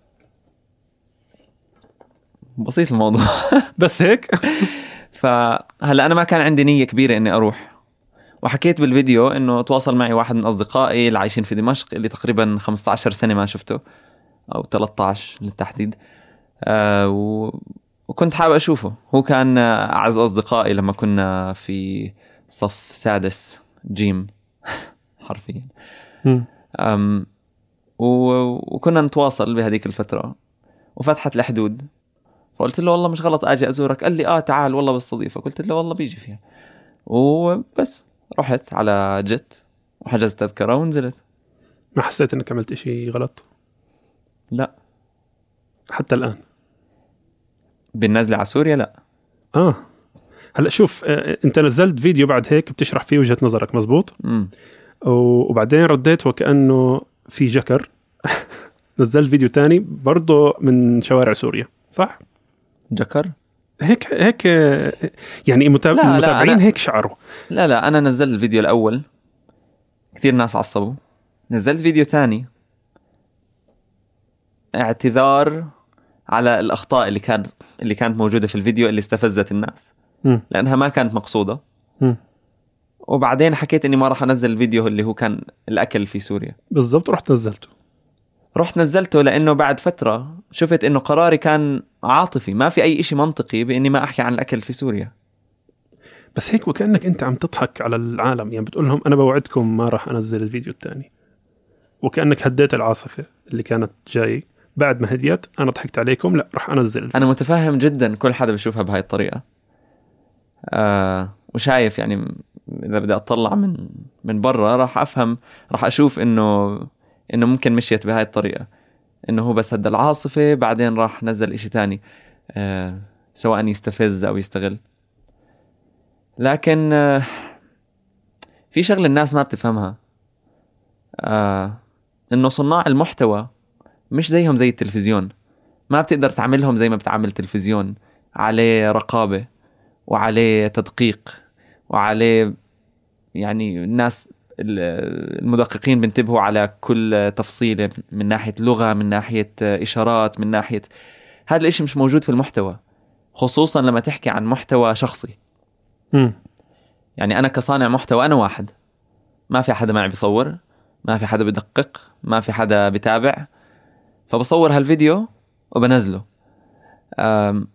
بسيط الموضوع. بس هيك. فهلا أنا ما كان عندي نية كبيرة إني أروح، وحكيت بالفيديو إنه تواصل معي واحد من أصدقائي اللي عايشين في دمشق اللي تقريبا خمسة عشر سنة ما شفته أو ثلاثة عشر للتحديد. آه و... وكنت حابب أشوفه. هو كان أعز أصدقائي لما كنا في صف سادس جيم حرفيا. أم و... وكنا نتواصل بهذيك الفترة، وفتحت الحدود. فقلت له والله مش غلط أجي أزورك. قال لي آه تعال والله بستضيفك. قلت له والله بيجي فيها. وبس رحت على جت وحجزت تذكرة ونزلت. ما حسيت إنك عملت إشي غلط؟ لا حتى الآن بالنزلة على سوريا لا. آه هلأ شوف، آه، أنت نزلت فيديو بعد هيك بتشرح فيه وجهة نظرك مزبوط. مم. وبعدين رديت وكأنه في جكر. نزلت فيديو تاني برضو من شوارع سوريا صح؟ جكر هيك هيك يعني متاب... لا المتابعين لا هيك شعروا. لا لا أنا نزلت الفيديو الأول كثير ناس عصبوا. نزلت فيديو تاني اعتذار على الأخطاء اللي كان اللي كانت موجودة في الفيديو اللي استفزت الناس م. لأنها ما كانت مقصودة. م. وبعدين حكيت إني ما راح أنزل الفيديو اللي هو كان الأكل في سوريا بالضبط. رحت نزلته رحت نزلته لأنه بعد فترة شفت إنه قراري كان عاطفي، ما في أي إشي منطقي بإني ما أحكي عن الأكل في سوريا. بس هيك وكأنك أنت عم تضحك على العالم، يعني بتقول لهم أنا بوعدكم ما راح أنزل الفيديو الثاني، وكأنك هديت العاصفة اللي كانت جاي. بعد ما هديت أنا ضحكت عليكم، لا راح أنزل الفيديو. أنا متفهم جدا كل حدا بيشوفها بهاي الطريقة. آه وشايف يعني إذا بدي أطلع من من برا راح أفهم، راح أشوف إنه إنه ممكن مشيت بهاي الطريقة، إنه هو بس هدى العاصفة بعدين راح نزل إشي تاني آه سواء يستفز أو يستغل. لكن آه في شغل الناس ما بتفهمها، آه إنه صناع المحتوى مش زيهم زي التلفزيون. ما بتقدر تعملهم زي ما بتعمل التلفزيون، عليه رقابة وعليه تدقيق وعليه يعني الناس المدققين بنتبهوا على كل تفصيلة من ناحية لغة، من ناحية إشارات، من ناحية هذا الإشي مش موجود في المحتوى، خصوصا لما تحكي عن محتوى شخصي. م. يعني أنا كصانع محتوى أنا واحد، ما في حدا معي بيصور، ما في حدا بدقق، ما في حدا بتابع، فبصور هالفيديو وبنزله. أم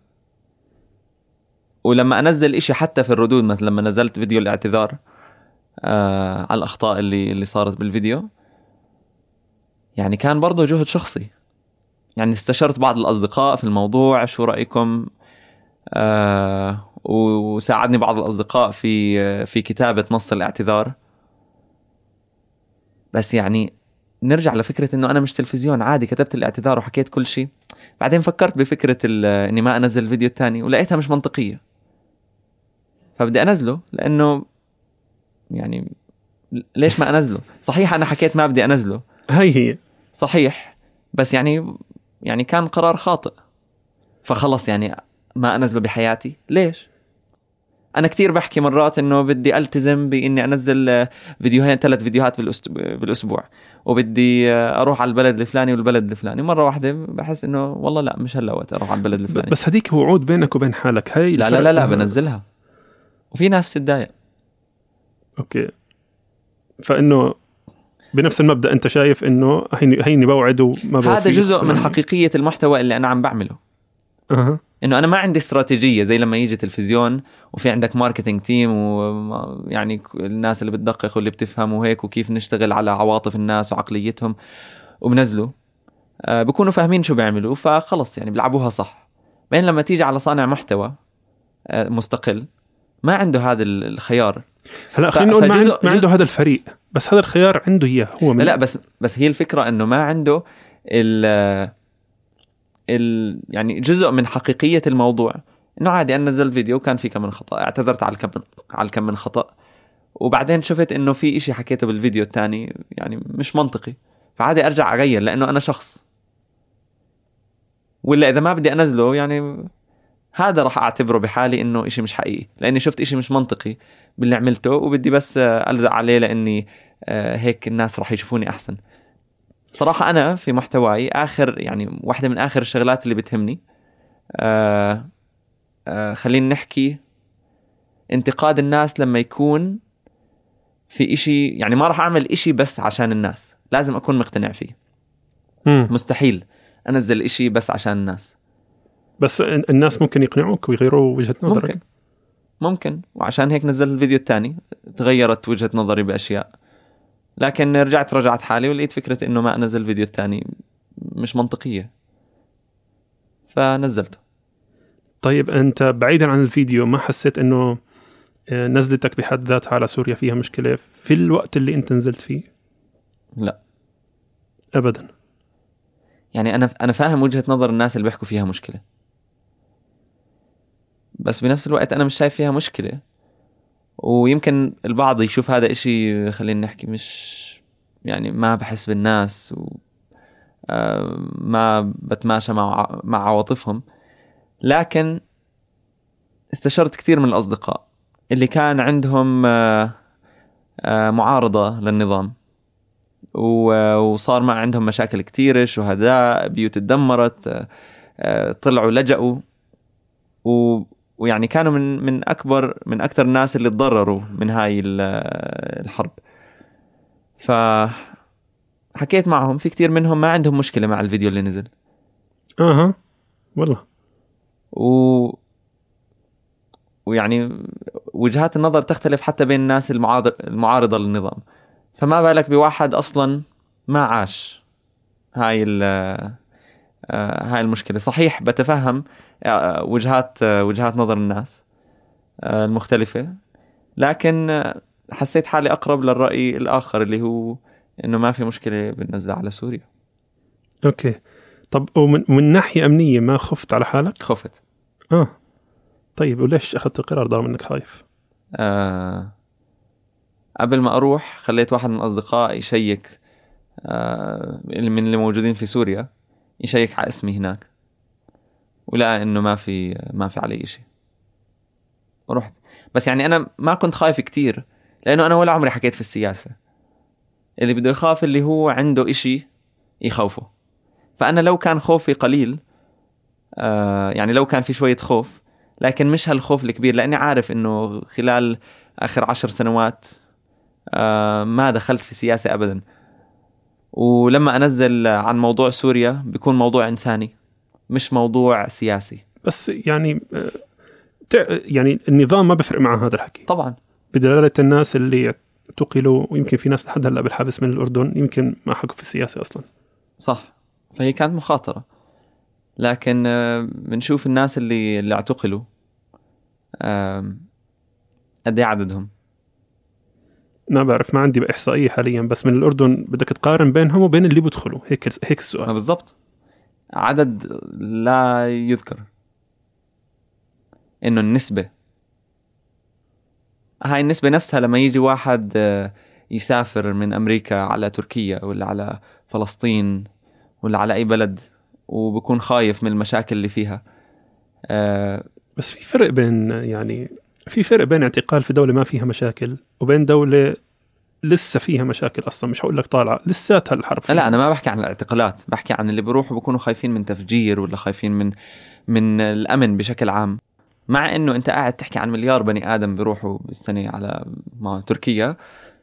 ولما أنزل إشي حتى في الردود، مثلا لما نزلت فيديو الاعتذار آه على الأخطاء اللي اللي صارت بالفيديو، يعني كان برضو جهد شخصي. يعني استشرت بعض الأصدقاء في الموضوع شو رأيكم، آه وساعدني بعض الأصدقاء في في كتابة نص الاعتذار. بس يعني نرجع لفكرة إنه أنا مش تلفزيون، عادي كتبت الاعتذار وحكيت كل شيء. بعدين فكرت بفكرة إني ما أنزل الفيديو الثاني ولقيتها مش منطقية، فبدي أنزله. لأنه يعني ليش ما أنزله؟ صحيح أنا حكيت ما بدي أنزله، هاي هي صحيح، بس يعني يعني كان قرار خاطئ، فخلص يعني ما أنزله بحياتي. ليش؟ أنا كتير بحكي مرات إنه بدي ألتزم بإني أنزل فيديوهين ثلاث فيديوهات بالأسبوع وبدي أروح على البلد الفلاني والبلد الفلاني. مرة واحدة بحس إنه والله لا مش هلا وقت أروح على البلد الفلاني. بس هديك وعود بينك وبين حالك هاي. لا لا لا, لا بنزلها وفي ناس بتتضايق. أوكي فإنه بنفس المبدأ أنت شايف إنه هيني هيني بوعد وما بوفي. هذا جزء من حقيقية المحتوى اللي أنا عم بعمله. أه. إنه أنا ما عندي استراتيجية زي لما يجي تلفزيون وفي عندك ماركتينج تيم ويعني الناس اللي بتدقق واللي بتفهم وهيك وكيف نشتغل على عواطف الناس وعقليتهم وبنزلوا آه بيكونوا فاهمين شو بيعملوا فخلص يعني بيلعبوها صح. بين لما تيجي على صانع محتوى آه مستقل ما عنده هذا الخيار. هلا خلينا نقول ما, عنده, ما عنده هذا الفريق بس هذا الخيار عنده إياه هو. من لا بس بس هي الفكرة إنه ما عنده ال ال يعني جزء من حقيقية الموضوع إنه عادي أنا نزل فيديو كان في كم من خطأ اعتذرت على الكم على الكم من خطأ وبعدين شفت إنه في إشي حكيته بالفيديو الثاني يعني مش منطقي فعادي أرجع أغير لأنه أنا شخص. ولا إذا ما بدي أنزله يعني هذا راح أعتبره بحالي إنه إشي مش حقيقي لأني شفت إشي مش منطقي باللي عملته وبدي بس ألزق عليه لأني هيك الناس راح يشوفوني أحسن. صراحة أنا في محتواي آخر يعني واحدة من آخر الشغلات اللي بتهمني آه آه خلينا نحكي انتقاد الناس لما يكون في إشي يعني ما راح أعمل إشي بس عشان الناس لازم أكون مقتنع فيه. م. مستحيل أنزل إشي بس عشان الناس. بس الناس ممكن يقنعوك ويغيروا وجهة نظرك. ممكن ممكن وعشان هيك نزلت الفيديو الثاني تغيرت وجهة نظري بأشياء لكن رجعت رجعت حالي ولقيت فكرة إنه ما أنزل الفيديو الثاني مش منطقية فنزلته. طيب أنت بعيدا عن الفيديو ما حسيت إنه نزلتك بحد ذاتها على سوريا فيها مشكلة في الوقت اللي أنت نزلت فيه؟ لا أبدا. يعني أنا أنا فاهم وجهة نظر الناس اللي بيحكوا فيها مشكلة بس بنفس الوقت أنا مش شايف فيها مشكلة. ويمكن البعض يشوف هذا إشي خلينا نحكي مش يعني ما بحس بالناس وما بتماشى مع مع عواطفهم. لكن استشرت كثير من الأصدقاء اللي كان عندهم معارضة للنظام وصار ما عندهم مشاكل كثيرة شهداء بيوت اتدمرت طلعوا لجأوا و ويعني كانوا من من أكبر من أكثر الناس اللي تضرروا من هاي الحرب. فحكيت معهم في كتير منهم ما عندهم مشكلة مع الفيديو اللي نزل. أها والله. و ويعني وجهات النظر تختلف حتى بين الناس المعارضة للنظام فما بالك بواحد أصلا ما عاش هاي هاي المشكلة. صحيح بتفهم وجهات وجهات نظر الناس المختلفة لكن حسيت حالي أقرب للرأي الآخر اللي هو إنه ما في مشكلة بالنزلة على سوريا. أوكي طب ومن من ناحية أمنية ما خفت على حالك؟ خفت. آه طيب وليش أخذت القرار ضار منك خايف؟ آه قبل ما أروح خليت واحد من أصدقائي يشيك آه من اللي موجودين في سوريا يشيك على اسمي هناك ولقى إنه ما في ما في علي شيء ورحت. بس يعني أنا ما كنت خايف كتير لأنه أنا ولا عمري حكيت في السياسة. اللي بده يخاف اللي هو عنده إشي يخوفه. فأنا لو كان خوفي قليل آه يعني لو كان في شوية خوف لكن مش هالخوف الكبير لأني عارف إنه خلال آخر عشر سنوات آه ما دخلت في سياسة أبدا. ولما أنزل عن موضوع سوريا بيكون موضوع إنساني مش موضوع سياسي. بس يعني يعني النظام ما بفرق مع هذا الحكي طبعا بدلالة الناس اللي اعتقلوا ويمكن في ناس لحد هلا بالحبس من الأردن يمكن ما حكوا في السياسة أصلا. صح فهي كانت مخاطرة لكن بنشوف الناس اللي اللي اعتقلوا قد ايه عددهم ما بعرف ما عندي إحصائية حاليا بس من الأردن بدك تقارن بينهم وبين اللي بدخلوا هيك هيك السؤال. بالضبط عدد لا يذكر إنه النسبة هاي النسبة نفسها لما يجي واحد يسافر من أمريكا على تركيا ولا على فلسطين ولا على أي بلد وبكون خايف من المشاكل اللي فيها. بس في فرق بين يعني في فرق بين اعتقال في دولة ما فيها مشاكل وبين دولة لسه فيها مشاكل أصلا، مش هقول لك طالعة لساتها الحرب فيها. لا أنا ما بحكي عن الاعتقالات، بحكي عن اللي بيروحوا بيكونوا خايفين من تفجير ولا خايفين من من الأمن بشكل عام. مع إنه أنت قاعد تحكي عن مليار بني آدم بيروحوا بالسنة على مع تركيا،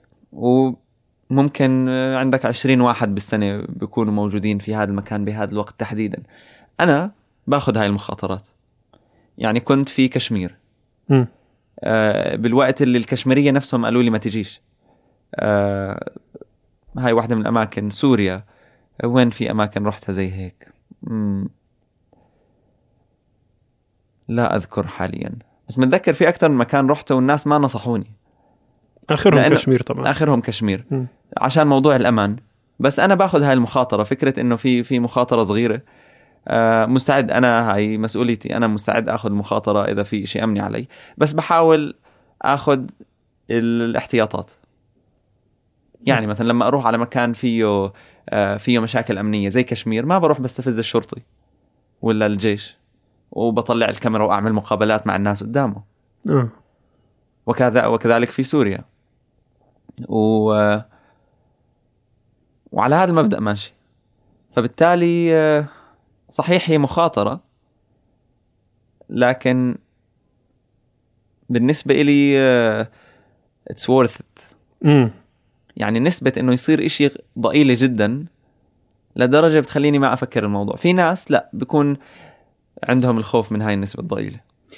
وممكن عندك عشرين واحد بالسنة بيكونوا موجودين في هذا المكان بهذا الوقت تحديدا. أنا باخذ هاي المخاطرات. يعني كنت في كشمير م. آه بالوقت اللي الكشميرية نفسهم قالوا لي ما تجيش. آه هاي واحدة من الأماكن. سوريا وين في أماكن رحتها زي هيك؟ مم. لا أذكر حاليا، بس متذكر في أكتر من مكان رحته والناس ما نصحوني. آخرهم كشمير طبعا. آخرهم كشمير م. عشان موضوع الأمان. بس أنا باخذ هاي المخاطرة، فكرة إنه في في مخاطرة صغيرة. آه مستعد، أنا هاي مسؤوليتي، أنا مستعد أخذ مخاطرة إذا في شيء أمني علي، بس بحاول أخذ الاحتياطات. يعني مثلا لما أروح على مكان فيه آه فيه مشاكل أمنية زي كشمير، ما بروح بستفز الشرطي ولا الجيش وبطلع الكاميرا وأعمل مقابلات مع الناس قدامه. أه. وكذا وكذلك في سوريا. و... وعلى هذا المبدأ ماشي. فبالتالي صحيح هي مخاطرة، لكن بالنسبة إلي it's worth it. م. يعني نسبة إنه يصير إشي ضئيلة جدا لدرجة بتخليني ما أفكر الموضوع. في ناس لا بيكون عندهم الخوف من هاي النسبة الضئيلة.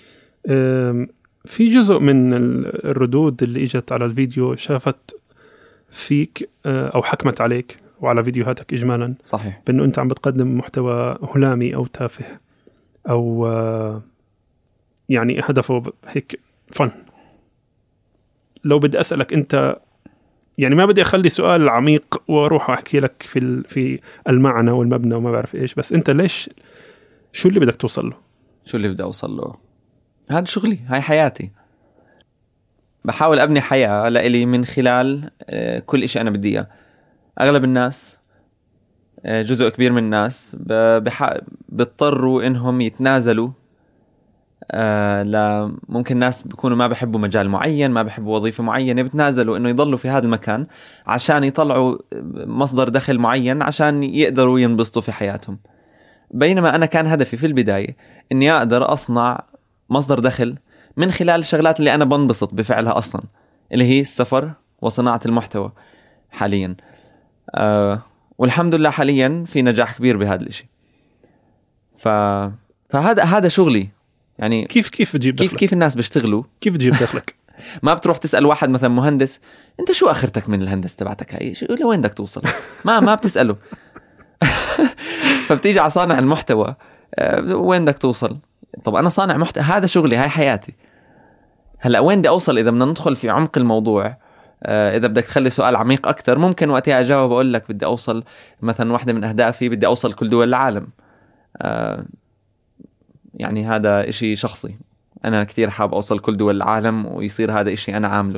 في جزء من الردود اللي إجت على الفيديو شافت فيك أو حكمت عليك وعلى فيديوهاتك إجمالا، صحيح، بأنه أنت عم بتقدم محتوى هلامي أو تافه أو يعني هدفه هيك فن. لو بدي أسألك أنت، يعني ما بدي أخلي سؤال عميق وأروح أحكي لك في في المعنى والمبنى وما بعرف إيش، بس أنت ليش، شو اللي بدك توصل له؟ شو اللي بدي أوصل له؟ هذا شغلي، هاي حياتي. بحاول أبني حياة لإلي من خلال كل إشي أنا بدي إياه. أغلب الناس، جزء كبير من الناس بح... بيضطروا إنهم يتنازلوا. آه لا ممكن ناس بيكونوا ما بحبوا مجال معين، ما بحبوا وظيفة معينة، بتنازلوا إنه يضلوا في هذا المكان عشان يطلعوا مصدر دخل معين عشان يقدروا ينبسطوا في حياتهم. بينما أنا كان هدفي في البداية إني أقدر أصنع مصدر دخل من خلال الشغلات اللي أنا بنبسط بفعلها أصلا، اللي هي السفر وصناعة المحتوى حاليا. آه والحمد لله حاليا في نجاح كبير بهذا الاشي. ف... فهذا هذا شغلي. يعني كيف كيف تجيب كيف دخلك؟ كيف الناس بيشتغلوا، كيف تجيب دخلك؟ ما بتروح تسأل واحد مثلا مهندس انت شو اخرتك من الهندسة تبعتك هاي، شو لوين بدك توصل؟ ما ما بتسأله. فبتيجي على صانع المحتوى، أه وين بدك توصل؟ طب انا صانع محتوى، هذا شغلي، هاي حياتي. هلا وين بدي اوصل؟ اذا بدنا ندخل في عمق الموضوع، أه اذا بدك تخلي سؤال عميق اكثر، ممكن وقتها اجاوب اقول لك بدي اوصل مثلا، واحدة من اهدافي بدي اوصل كل دول العالم. أه يعني هذا اشي شخصي، أنا كتير حاب أوصل كل دول العالم ويصير هذا إشي أنا عامله.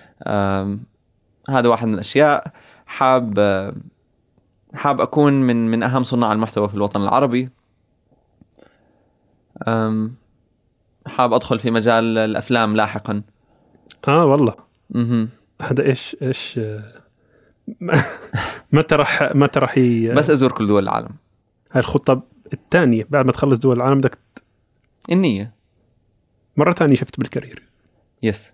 هذا واحد من الأشياء. حاب حاب أكون من من أهم صناع المحتوى في الوطن العربي. حاب أدخل في مجال الأفلام لاحقا. آه والله. مهم. هذا إيش إيش متى رح متى رح ي... بس أزور كل دول العالم. هاي الخطة الثانية بعد ما تخلص دول العالم، بدك النية مرة ثانية شفت بالكارير. يس.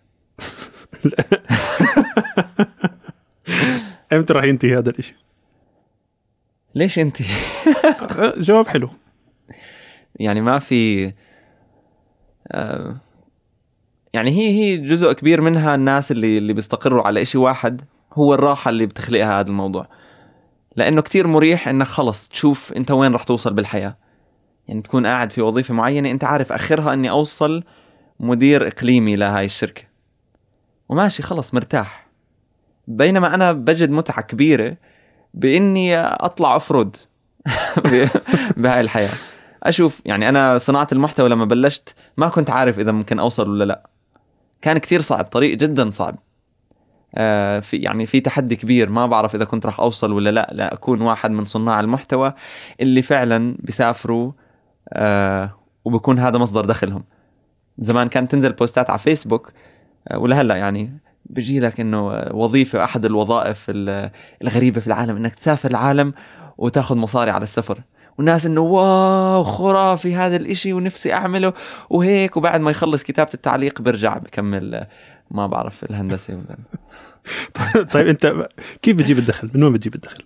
امتى راح ينتهي هذا الاشي؟ ليش انت؟ جواب حلو. يعني ما في آه يعني هي هي جزء كبير منها الناس اللي اللي بيستقروا على اشي واحد، هو الراحة اللي بتخلقها هذا الموضوع. لانه كتير مريح انك خلص تشوف انت وين راح توصل بالحياة. يعني تكون قاعد في وظيفة معينة انت عارف اخرها اني اوصل مدير اقليمي لهاي الشركة وماشي خلص مرتاح. بينما انا بجد متعة كبيرة باني اطلع افرد بهاي الحياة. اشوف يعني انا صناعة المحتوى لما بلشت ما كنت عارف اذا ممكن اوصل ولا لا. كان كتير صعب، طريق جدا صعب. آه في يعني في تحدي كبير، ما بعرف اذا كنت راح اوصل ولا لا لا اكون واحد من صناع المحتوى اللي فعلا بيسافروا آه وبكون هذا مصدر دخلهم. زمان كانت تنزل بوستات على فيسبوك ولا هلا يعني بيجي لك انه وظيفه احد الوظائف الغريبه في العالم انك تسافر العالم وتاخذ مصاري على السفر، والناس انه واو خرافي هذا الاشي ونفسي اعمله وهيك، وبعد ما يخلص كتابه التعليق برجع بكمل ما بعرف الهندسه ولا. طيب انت كيف بتجيب الدخل؟ من وين بتجيب الدخل؟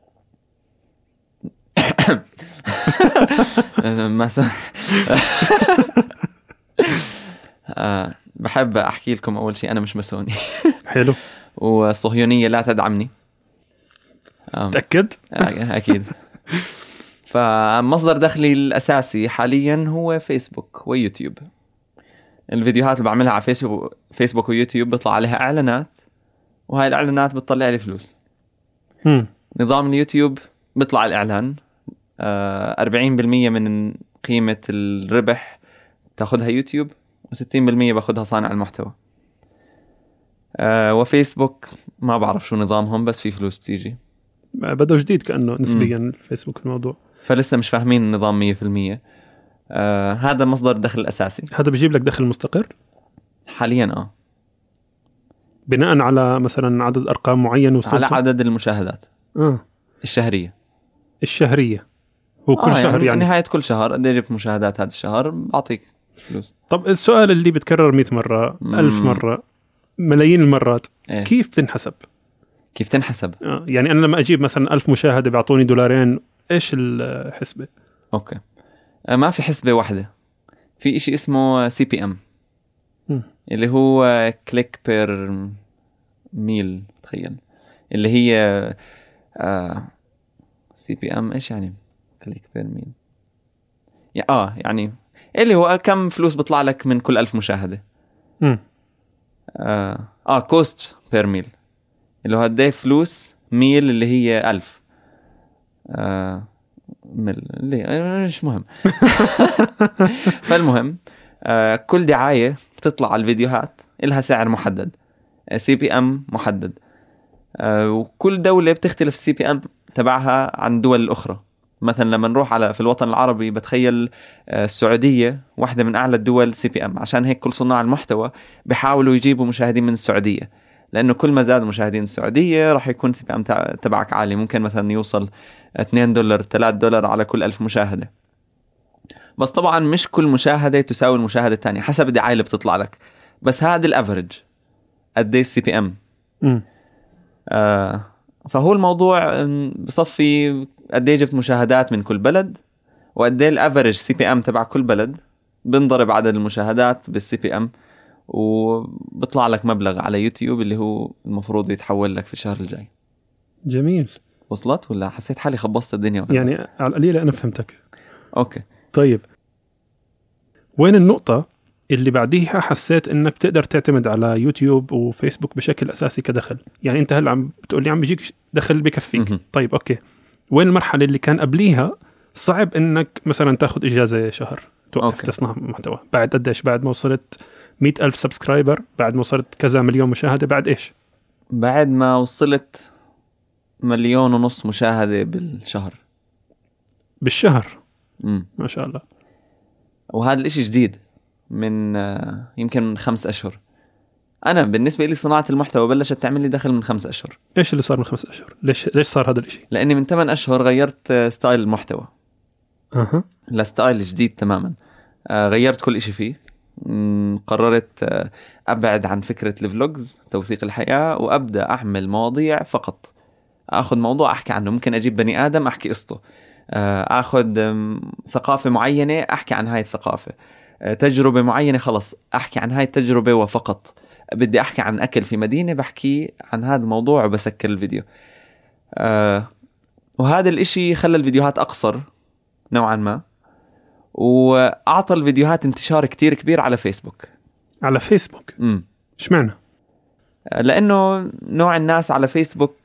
ما س... آه بحب احكي لكم اول شيء انا مش مسوني. حلو. والصهيونيه لا تدعمني. تأكد؟ اكيد. فمصدر دخلي الاساسي حاليا هو فيسبوك ويوتيوب. الفيديوهات اللي بعملها على فيسبوك فيسبوك ويوتيوب بيطلع عليها اعلانات، وهاي الاعلانات بتطلع لي فلوس. م. نظام اليوتيوب بيطلع الاعلان أربعين بالمية من قيمة الربح تاخدها يوتيوب، وستين بالمية باخدها صانع المحتوى. أه وفيسبوك ما بعرف شو نظامهم، بس في فلوس بتيجي. بدأ جديد كأنه نسبيا الفيسبوك الموضوع، فلسه مش فاهمين النظام مية في المية. أه هذا مصدر الدخل الأساسي. هذا بيجيب لك دخل مستقر حاليا اه بناء على مثلا عدد أرقام معين وصلت على عدد المشاهدات آه. الشهرية الشهرية هو كل آه شهر يعني, يعني نهاية كل شهر قد جبت مشاهدات هذا الشهر بعطيك فلوس. طب السؤال اللي بتكرر مئة مرة مم. ألف مرة ملايين المرات إيه؟ كيف بتنحسب؟ كيف تنحسب؟ آه. يعني أنا لما أجيب مثلا ألف مشاهدة بيعطوني دولارين، إيش الحسبة؟ أوكي آه ما في حسبة واحدة، في إشي اسمه سي بي أم اللي هو كليك بير ميل، تخيل اللي هي آه سي بي أم إيش يعني كليك بير ميل يا آه يعني اللي هو كم فلوس بطلع لك من كل ألف مشاهدة. م. آه, آه كوست بير ميل اللي هو هدي فلوس ميل اللي هي ألف آه ميل اللي مش مهم. فالمهم آه كل دعاية بتطلع على الفيديوهات إلها سعر محدد، سي بي أم محدد. آه وكل دولة بتختلف السي بي أم تبعها عن دول الأخرى. مثلا لما نروح على في الوطن العربي بتخيل آه السعودية واحدة من أعلى الدول سي بي أم، عشان هيك كل صناع المحتوى بيحاولوا يجيبوا مشاهدين من السعودية، لأنه كل ما زاد مشاهدين السعودية راح يكون سي بي أم تبعك عالي، ممكن مثلا يوصل اثنين دولار ثلاثة دولار على كل ألف مشاهدة. بس طبعا مش كل مشاهدة تساوي المشاهدة الثانية حسب الدعاية اللي بتطلع لك، بس هذا الافريج قد ايه السي بي ام. آه فهو الموضوع بصفي قد ايه جبت مشاهدات من كل بلد، وقد ايه الافريج سي بي ام تبع كل بلد، بنضرب عدد المشاهدات بالسي بي ام وبطلع لك مبلغ على يوتيوب اللي هو المفروض يتحول لك في الشهر الجاي. جميل. وصلت ولا حسيت حالي خبصت الدنيا؟ يعني على القليلة أنا فهمتك. أوكي طيب وين النقطة اللي بعديها حسيت إنك بتقدر تعتمد على يوتيوب وفيسبوك بشكل أساسي كدخل؟ يعني أنت هل عم بتقولي عم بيجيك دخل بكفيك. م-م. طيب أوكي، وين المرحلة اللي كان قبليها صعب إنك مثلا تاخد إجازة شهر توقف تصنع محتوى؟ بعد قديش؟ بعد ما وصلت مئة ألف سبسكرايبر، بعد ما وصلت كذا مليون مشاهدة، بعد إيش؟ بعد ما وصلت مليون ونص مشاهدة بالشهر. بالشهر؟ مم. ما شاء الله. وهذا الاشي جديد من يمكن من خمس أشهر. أنا بالنسبة لي صناعة المحتوى بلشت تعمل لي دخل من خمس أشهر. إيش اللي صار من خمس أشهر؟ ليش ليش صار هذا الاشي؟ لأني من ثمان أشهر غيرت ستايل المحتوى. أها. لستايل جديد تماما. غيرت كل إشي فيه. قررت أبعد عن فكرة الفلوجز توثيق الحياة، وأبدأ أعمل مواضيع فقط. أخذ موضوع أحكي عنه، ممكن أجيب بني آدم أحكي قصته، أخذ ثقافة معينة أحكي عن هاي الثقافة، تجربة معينة خلص أحكي عن هاي التجربة وفقط. بدي أحكي عن أكل في مدينة بحكي عن هذا الموضوع وبسكر الفيديو. أه وهذا الاشي خلى الفيديوهات أقصر نوعا ما، وأعطى الفيديوهات انتشار كتير كبير على فيسبوك. على فيسبوك؟ امم إيش معنى؟ لأنه نوع الناس على فيسبوك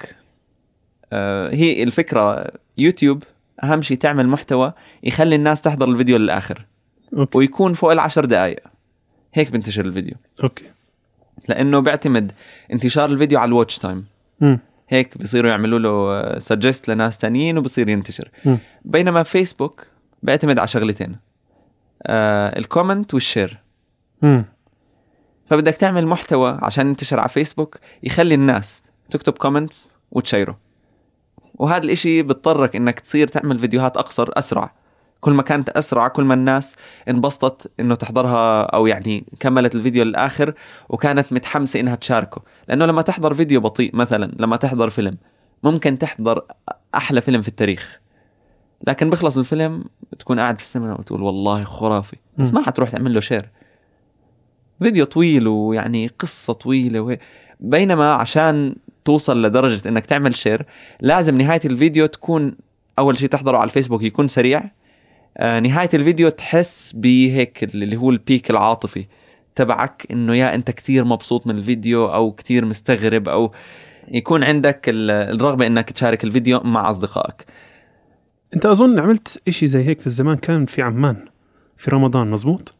أه هي الفكرة. يوتيوب أهم شيء تعمل محتوى يخلي الناس تحضر الفيديو للآخر. أوكي. ويكون فوق العشر دقائق هيك بنتشر الفيديو. أوكي. لأنه بيعتمد انتشار الفيديو على الواتش تايم. م. هيك بيصيروا يعملوا له سجست لناس تانيين وبصير ينتشر. م. بينما فيسبوك بيعتمد على شغلتين، آه الكومنت والشير. مم. فبدك تعمل محتوى عشان ينتشر على فيسبوك يخلي الناس تكتب كومنتس وتشيره، وهذا الاشي بتضطرك انك تصير تعمل فيديوهات اقصر اسرع. كل ما كانت اسرع كل ما الناس انبسطت انه تحضرها، او يعني كملت الفيديو للاخر وكانت متحمسة انها تشاركه. لانه لما تحضر فيديو بطيء مثلا، لما تحضر فيلم ممكن تحضر احلى فيلم في التاريخ، لكن بخلص الفيلم تكون قاعد في السينما وتقول والله خرافي، بس ما حتروح تعمل له شير. فيديو طويل ويعني قصة طويلة وهي. بينما عشان توصل لدرجة انك تعمل شير لازم نهاية الفيديو تكون اول شيء تحضره على الفيسبوك يكون سريع. آه نهاية الفيديو تحس بهيك اللي هو البيك العاطفي تبعك، انه يا انت كتير مبسوط من الفيديو او كتير مستغرب، او يكون عندك الرغبة انك تشارك الفيديو مع اصدقائك. انت اظن عملت اشي زي هيك في الزمان، كان في عمان في رمضان، مزبوط؟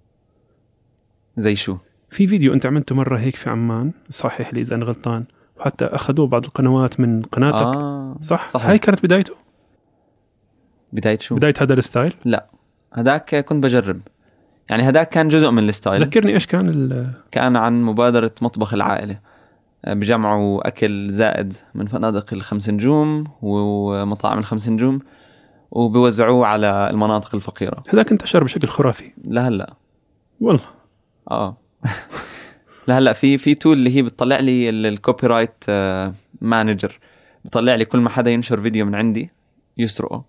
زي شو؟ في فيديو انت عملته مرة هيك في عمان، صحيح لي اذا انا غلطان، وحتى اخذوه بعض القنوات من قناتك. آه صح؟ صحيح. هاي كانت بدايته؟ بداية شو؟ بداية هذا الستايل؟ لا هداك كنت بجرب، يعني هداك كان جزء من الستايل. ذكرني ايش كان ال... كان عن مبادرة مطبخ العائلة، بجمعوا أكل زائد من فنادق الخمس نجوم ومطاعم الخمس نجوم وبيوزعوه على المناطق الفقيرة. هذاك انتشر بشكل خرافي لهلا والله. اه لهلا في في تول اللي هي بتطلع لي الكوبي رايت مانجر، بتطلع لي كل ما حدا ينشر فيديو من عندي يسرقه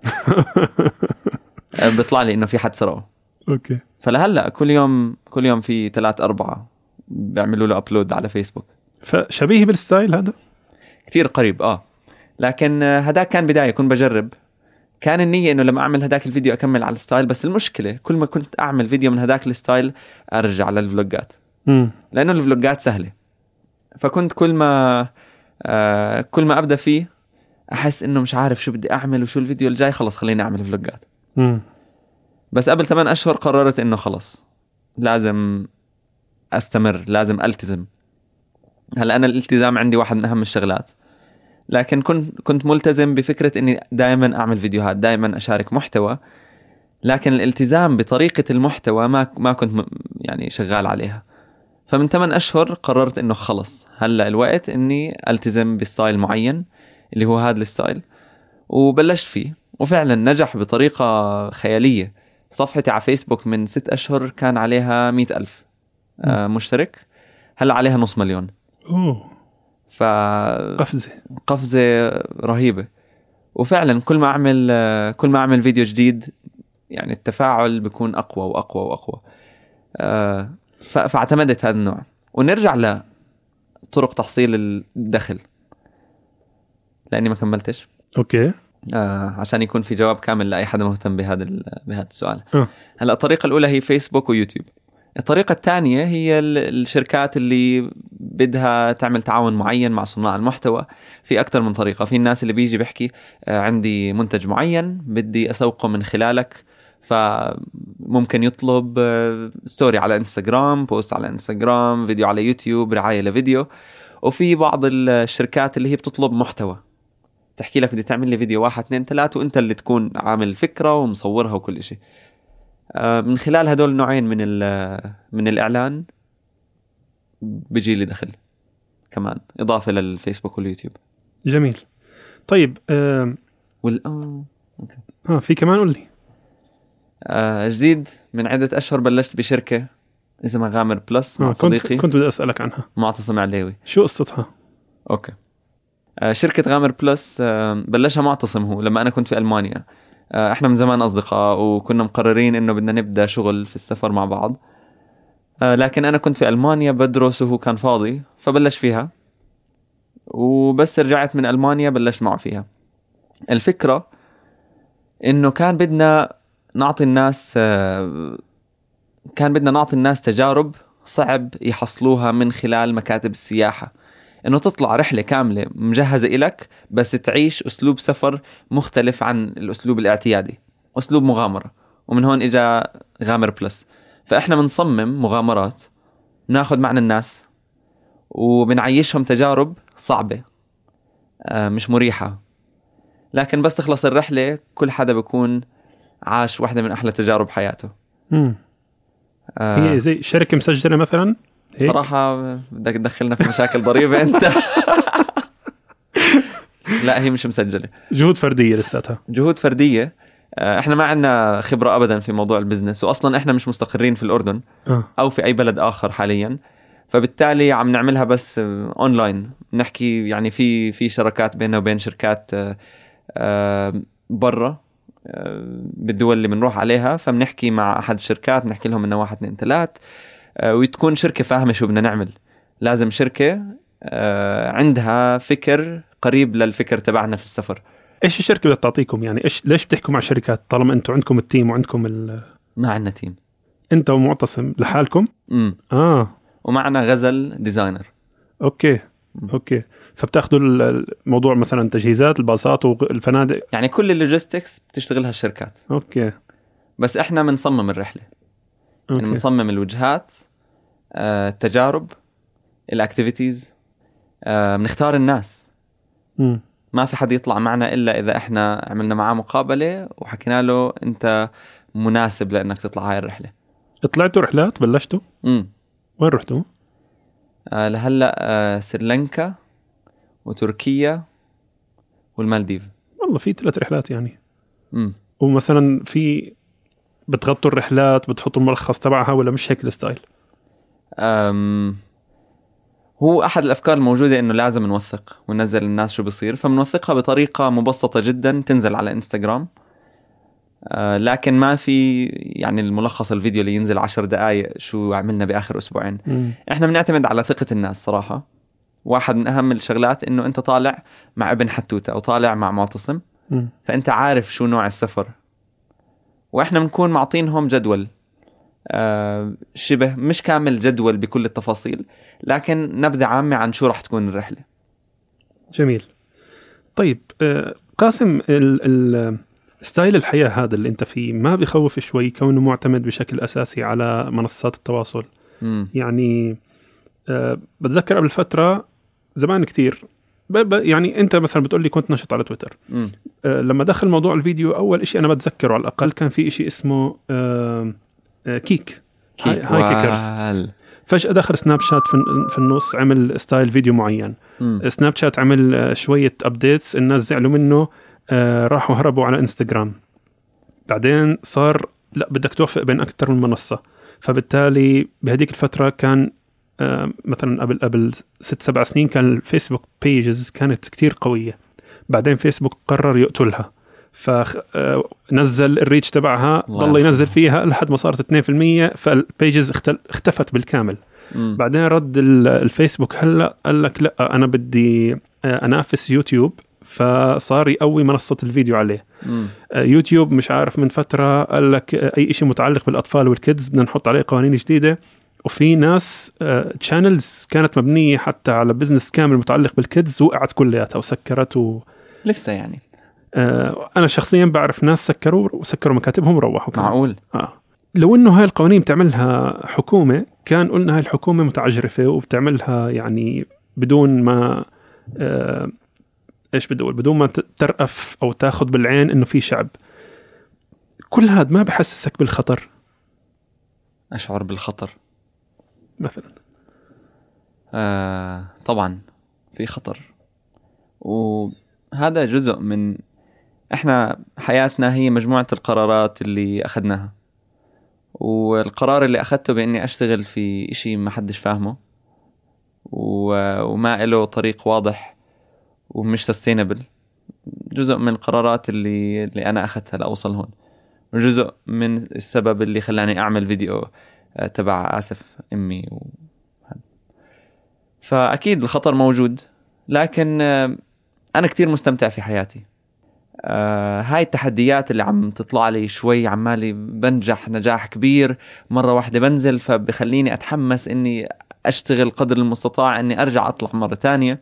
بيطلع لي انه في حد سرقه. اوكي. فلهلا كل يوم كل يوم في ثلاث أربعة بيعملوا له أبلود على فيسبوك. فشبيه بالستايل هذا كتير قريب اه، لكن هداك كان بداية كنت بجرب. كان النية انه لما اعمل هداك الفيديو اكمل على الستايل، بس المشكلة كل ما كنت اعمل فيديو من هداك الستايل ارجع للفلوجات، مم. لانه الفلوجات سهلة. فكنت كل ما آه كل ما ابدا فيه احس انه مش عارف شو بدي اعمل وشو الفيديو الجاي، خلص خليني اعمل فلوجات. مم. بس قبل ثمان اشهر قررت انه خلص لازم استمر، لازم التزم. هلا انا الالتزام عندي واحد من اهم الشغلات، لكن كنت كنت ملتزم بفكرة اني دائما اعمل فيديوهات، دائما اشارك محتوى، لكن الالتزام بطريقة المحتوى ما ما كنت يعني شغال عليها. فمن ثمان اشهر قررت انه خلص هلا الوقت اني التزم بستايل معين اللي هو هذا الستايل، وبلشت فيه وفعلا نجح بطريقة خيالية. صفحتي على فيسبوك من ست اشهر كان عليها مئة الف آه مشترك، هلا عليها نص مليون. اوه ف قفزة قفزة رهيبة. وفعلا كل ما أعمل كل ما أعمل فيديو جديد يعني التفاعل بيكون أقوى وأقوى وأقوى. آه فاعتمدت هذا النوع. ونرجع لطرق تحصيل الدخل لأني ما كملتش. أوكي. آه عشان يكون في جواب كامل لأي حدا مهتم بهذا بهذا السؤال. أه. هلا الطريقة الأولى هي فيسبوك ويوتيوب. الطريقة الثانية هي الشركات اللي بدها تعمل تعاون معين مع صناع المحتوى. في أكثر من طريقة. في الناس اللي بيجي بيحكي عندي منتج معين بدي أسوقه من خلالك، فممكن يطلب ستوري على انستغرام، بوست على انستغرام، فيديو على يوتيوب، رعاية لفيديو. وفي بعض الشركات اللي هي بتطلب محتوى، تحكي لك بدي تعمل لي فيديو واحد اثنين ثلاثة وانت اللي تكون عامل فكرة ومصورها وكل شيء. من خلال هدول النوعين من من الإعلان بيجي لي دخل كمان إضافة للفيسبوك واليوتيوب. جميل. طيب آه وال آه أوكي. ها في كمان قول لي. آه جديد من عدة أشهر بلشت بشركة اسمها غامر بلس مع آه صديقي كنت, كنت بدي أسألك عنها. معتصم عليوي. شو قصتها؟ أوكي. آه شركة غامر بلس آه بلشها معتصم هو لما أنا كنت في ألمانيا. آه إحنا من زمان أصدقاء وكنا مقررين إنه بدنا نبدأ شغل في السفر مع بعض. آه لكن أنا كنت في ألمانيا بدرس وهو كان فاضي فبلش فيها، وبس رجعت من ألمانيا بلشت معه فيها. الفكرة إنه كان بدنا نعطي الناس آه كان بدنا نعطي الناس تجارب صعب يحصلوها من خلال مكاتب السياحة. إنه تطلع رحلة كاملة مجهزة إلك بس تعيش أسلوب سفر مختلف عن الأسلوب الاعتيادي، أسلوب مغامرة. ومن هون إجا غامر بلس. فإحنا بنصمم مغامرات ناخد معنا الناس وبنعيشهم تجارب صعبة مش مريحة، لكن بس تخلص الرحلة كل حدا بيكون عاش واحدة من أحلى تجارب حياته. مم. آه هي زي شركة مسجلة مثلا؟ هيك؟ صراحة بدك تدخلنا في مشاكل ضريبة أنت. لا هي مش مسجلة، جهود فردية لساتها. جهود فردية. احنا ما عندنا خبرة ابدا في موضوع البزنس، واصلا احنا مش مستقرين في الاردن أه. او في اي بلد اخر حاليا، فبالتالي عم نعملها بس اونلاين. نحكي يعني في في شراكات بيننا وبين شركات برا بالدول اللي بنروح عليها، فبنحكي مع احد الشركات بنحكي لهم انه واحد اثنين ثلاث، وتكون شركة فاهمة شو بدنا نعمل. لازم شركة عندها فكر قريب للفكر تبعنا في السفر. ايش الشركه بدها تعطيكم يعني؟ ايش ليش بتحكوا مع شركات طالما انتم عندكم التيم وعندكم ال... ما عندنا تيم، انت ومعتصم لحالكم؟ امم اه ومعنا غزل ديزاينر. اوكي مم. اوكي فبتاخذوا الموضوع مثلا تجهيزات الباصات والفنادق، يعني كل اللوجيستكس بتشتغلها الشركات. اوكي بس احنا بنصمم الرحله، يعني بنصمم الوجهات، آه، التجارب، الاكتيفيتيز، آه، بنختار الناس. امم ما في حد يطلع معنا إلا إذا إحنا عملنا معاه مقابلة وحكينا له أنت مناسب لأنك تطلع هاي الرحلة. طلعتوا رحلات؟ بلشتوا؟ امم وين رحتوا؟ آه لهلأ آه سريلانكا وتركيا والمالديف. والله في ثلاث رحلات يعني. امم ومثلا في بتغطوا الرحلات بتحطوا الملخص تبعها ولا مش هيك الستايل؟ أم هو أحد الأفكار الموجودة إنه لازم نوثق وننزل الناس شو بصير، فمنوثقها بطريقة مبسطة جدا تنزل على إنستغرام. آه لكن ما في يعني الملخص الفيديو اللي ينزل عشر دقايق شو عملنا بآخر أسبوعين. مم. إحنا بنعتمد على ثقة الناس صراحة. واحد من أهم الشغلات إنه أنت طالع مع ابن حتوتة أو طالع مع معتصم، مم. فأنت عارف شو نوع السفر، وإحنا بنكون معطينهم جدول آه شبه مش كامل جدول بكل التفاصيل، لكن نبذة عامة عن شو راح تكون الرحلة. جميل. طيب آه قاسم، ال ال ستايل الحياة هذا اللي انت فيه ما بيخوف شوي كونه معتمد بشكل أساسي على منصات التواصل؟ مم. يعني أه بتذكر قبل فترة زمان كتير يعني انت مثلا بتقول لي كنت نشط على تويتر. أه لما دخل موضوع الفيديو اول اشي انا بتذكره على الاقل كان في اشي اسمه أه أه كيك كيك هاي, هاي كيكرز. فجأة دخل سناب شات في النص عمل ستايل فيديو معين. مم. سناب شات عمل شوية أبديتس الناس زعلوا منه، آه راحوا هربوا على إنستغرام. بعدين صار لا بدك توفق بين أكثر من منصة، فبالتالي بهديك الفترة كان آه مثلا قبل قبل ست سبع سنين كان الفيسبوك بيجز كانت كتير قوية. بعدين فيسبوك قرر يقتلها، فنزل الريتش تبعها ضل ينزل فيها لحد ما صارت اثنين بالمية، فالبيجز اختفت بالكامل. مم. بعدين رد الفيسبوك هلا قال لك لا انا بدي انافس يوتيوب، فصار يقوي منصة الفيديو عليه. مم. يوتيوب مش عارف من فترة قال لك اي شيء متعلق بالاطفال والكيدز بدنا نحط عليه قوانين جديدة، وفي ناس تشانلز كانت مبنية حتى على بزنس كامل متعلق بالكيدز وقعت كلياتها وسكرت و... لسه يعني آه انا شخصيا بعرف ناس سكروا وسكروا مكاتبهم وروحوا كمان. معقول. اه لو انه هاي القوانين بتعملها حكومة كان قلنا هاي الحكومة متعجرفة وبتعملها يعني بدون ما آه ايش بدي اقول بدون ما ترأف او تاخذ بالعين انه في شعب. كل هذا ما بحسسك بالخطر؟ اشعر بالخطر مثلا. آه طبعا في خطر، وهذا جزء من احنا حياتنا هي مجموعة القرارات اللي اخذناها، والقرار اللي اخذته باني اشتغل في اشي ما حدش فاهمه وما له طريق واضح ومش sustainable، جزء من القرارات اللي اللي انا اخذتها لاوصل هون، وجزء من السبب اللي خلاني اعمل فيديو تبع اسف امي و... فاكيد الخطر موجود، لكن انا كتير مستمتع في حياتي. آه هاي التحديات اللي عم تطلع لي شوي عمالي بنجح نجاح كبير مرة واحدة بنزل، فبخليني أتحمس إني أشتغل قدر المستطاع إني أرجع أطلع مرة تانية.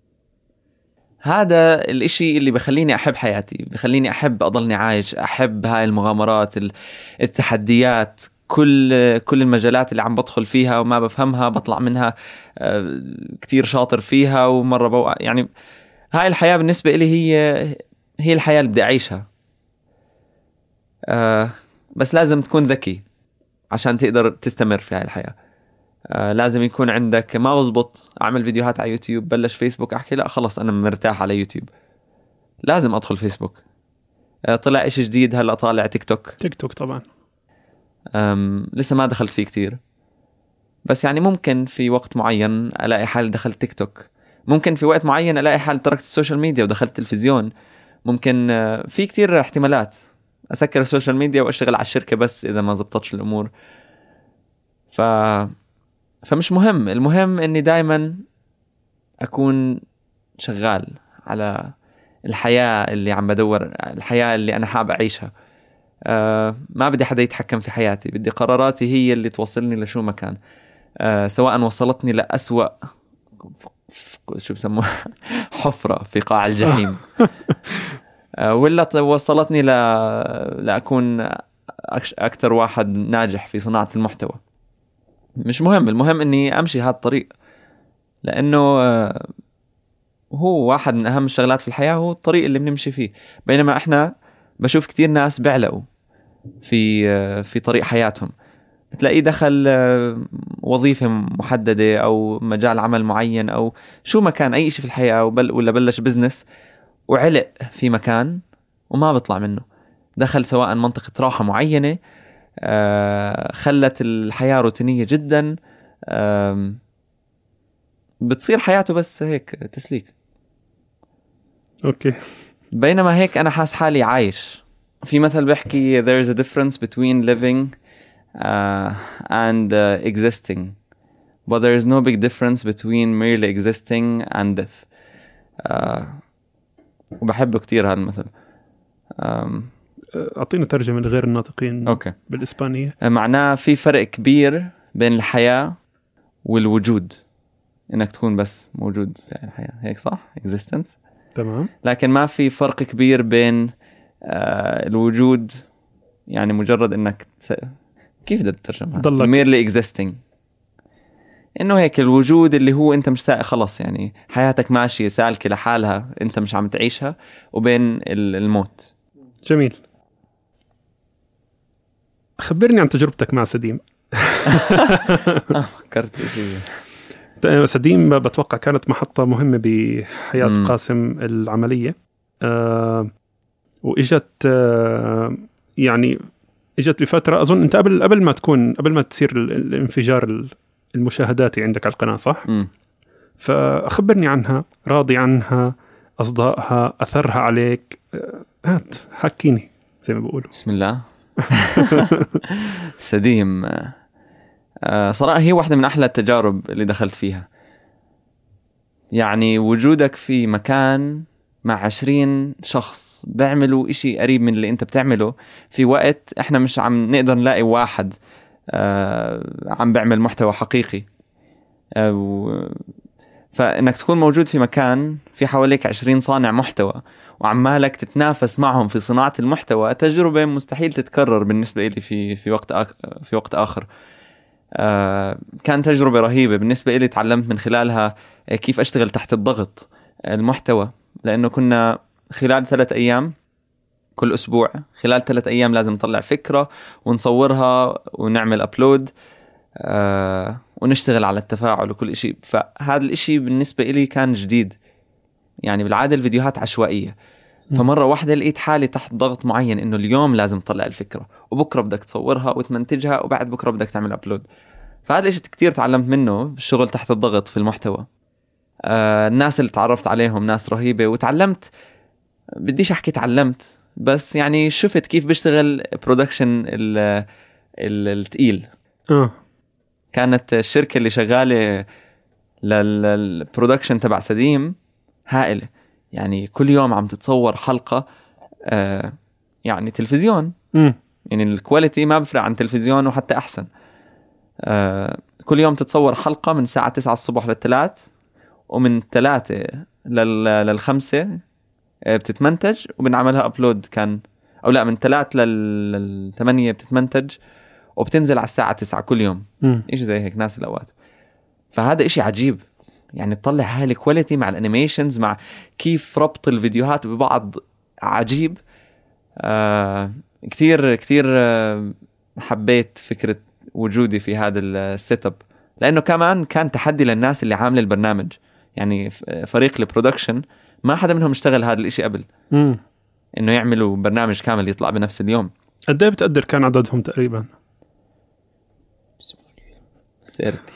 هذا الإشي اللي بخليني أحب حياتي، بخليني أحب أضلني عايش، أحب هاي المغامرات التحديات، كل كل المجالات اللي عم بدخل فيها وما بفهمها بطلع منها آه كتير شاطر فيها، ومرة بوقع. يعني هاي الحياة بالنسبة إلي هي هي الحياة اللي بدي أعيشها. آه بس لازم تكون ذكي عشان تقدر تستمر في هاي الحياة. آه لازم يكون عندك ما بزبط أعمل فيديوهات على يوتيوب بلش فيسبوك أحكي لا خلص أنا مرتاح على يوتيوب، لازم أدخل فيسبوك. آه طلع إشي جديد هلأ طالع تيك توك. تيك توك طبعا لسه ما دخلت فيه كتير، بس يعني ممكن في وقت معين ألاقي حالي دخلت تيك توك، ممكن في وقت معين ألاقي حالي تركت السوشيال ميديا ودخلت تلفزيون، ممكن آه في كتير احتمالات. أسكر السوشيال ميديا وأشتغل على الشركة بس إذا ما زبطتش الأمور. ف... فمش مهم، المهم إني دايما أكون شغال على الحياة اللي عم بدور، الحياة اللي أنا حابب أعيشها. أه ما بدي حدا يتحكم في حياتي، بدي قراراتي هي اللي توصلني لشو مكان. أه سواء وصلتني لأسوأ شو بسموه حفرة في قاع الجحيم أه ولا وصلتني ل... لأكون أكتر واحد ناجح في صناعة المحتوى. مش مهم، المهم إني أمشي هذا الطريق، لأنه أه هو واحد من أهم الشغلات في الحياة، هو الطريق اللي بنمشي فيه. بينما إحنا بشوف كتير ناس بيعلقوا في في طريق حياتهم، بتلاقيه دخل وظيفة محددة أو مجال عمل معين أو شو مكان أي شيء في الحياة، ولا بلش بزنس وعلق في مكان وما بيطلع منه. دخل سواء منطقة راحة معينة خلت الحياة روتينية جدا، بتصير حياته بس هيك تسليك. أوكي. بينما هيك أنا حاس حالي عايش. في مثل بيحكي there is a difference between living uh, and uh, existing, but there is no big difference between merely existing and death. uh, وبحبه كتير هذا المثل. um, أعطينا ترجمة لغير الناطقين. أوكي. بالإسبانية. معناه في فرق كبير بين الحياة والوجود، إنك تكون بس موجود في الحياة، هيك صح؟ existence. تمام. لكن ما في فرق كبير بين آه الوجود، يعني مجرد انك تس... كيف بدي اترجمها؟ merely existing، انه هيك الوجود اللي هو انت مش سائق خلص، يعني حياتك ماشية سالكة لحالها انت مش عم تعيشها، وبين الموت. جميل. خبرني عن تجربتك مع سديم. فكرت شيء. سديم بتوقع كانت محطة مهمة بحياة م. قاسم العملية. أه وإجت أه يعني إجت بفترة أظن أنت قبل قبل ما تكون قبل ما تصير الانفجار المشاهداتي عندك على القناة، صح؟ م. فأخبرني عنها، راضي عنها، أصدائها، أثرها عليك. أه هات حكيني زي ما بقولوا. بسم الله. سديم صراحة هي واحدة من أحلى التجارب اللي دخلت فيها. يعني وجودك في مكان مع عشرين شخص بيعملوا إشي قريب من اللي أنت بتعمله في وقت إحنا مش عم نقدر نلاقي واحد آه عم بيعمل محتوى حقيقي. آه فإنك تكون موجود في مكان في حواليك عشرين صانع محتوى وعمالك تتنافس معهم في صناعة المحتوى، تجربة مستحيل تتكرر بالنسبة لي في في وقت آخر في وقت آخر. آه كان تجربة رهيبة بالنسبة لي، تعلمت من خلالها كيف أشتغل تحت الضغط المحتوى، لأنه كنا خلال ثلاث أيام كل أسبوع، خلال ثلاث أيام لازم نطلع فكرة ونصورها ونعمل أبلود آه ونشتغل على التفاعل وكل إشي. فهذا الإشي بالنسبة لي كان جديد، يعني بالعادة الفيديوهات عشوائية، فمرة واحدة لقيت حالي تحت ضغط معين إنه اليوم لازم تطلع الفكرة وبكرة بدك تصورها وتمنتجها وبعد بكرة بدك تعمل أبلود. فهذا الشيء كتير تعلمت منه بالشغل تحت الضغط في المحتوى. آه الناس اللي تعرفت عليهم ناس رهيبة، وتعلمت، بديش أحكي تعلمت، بس يعني شفت كيف بيشتغل برودكشن التقيل. آه. كانت الشركة اللي شغالة للبرودكشن تبع سديم هائلة، يعني كل يوم عم تتصور حلقة آه يعني تلفزيون م. يعني الكواليتي ما بفرق عن تلفزيون وحتى أحسن. آه كل يوم تتصور حلقة من الساعة تسعة الصبح للثلاث، ومن ثلاثة للخمسة آه بتتمنتج وبنعملها أبلود، كان أو لا من ثلاث للثمانية بتتمنتج وبتنزل على الساعة تسعة كل يوم. م. إيش زي هيك ناس الأوقات. فهذا إشي عجيب، يعني تطلع هاي الكواليتي مع الانيميشنز مع كيف ربط الفيديوهات ببعض عجيب. آه كتير كتير آه حبيت فكرة وجودي في هذا السيت اب، لانه كمان كان تحدي للناس اللي عامله البرنامج. يعني فريق البرودكشن ما حدا منهم اشتغل هذا الاشي قبل، امم انه يعملوا برنامج كامل يطلع بنفس اليوم. قد ايه بتقدر كان عددهم تقريبا؟ سيرتي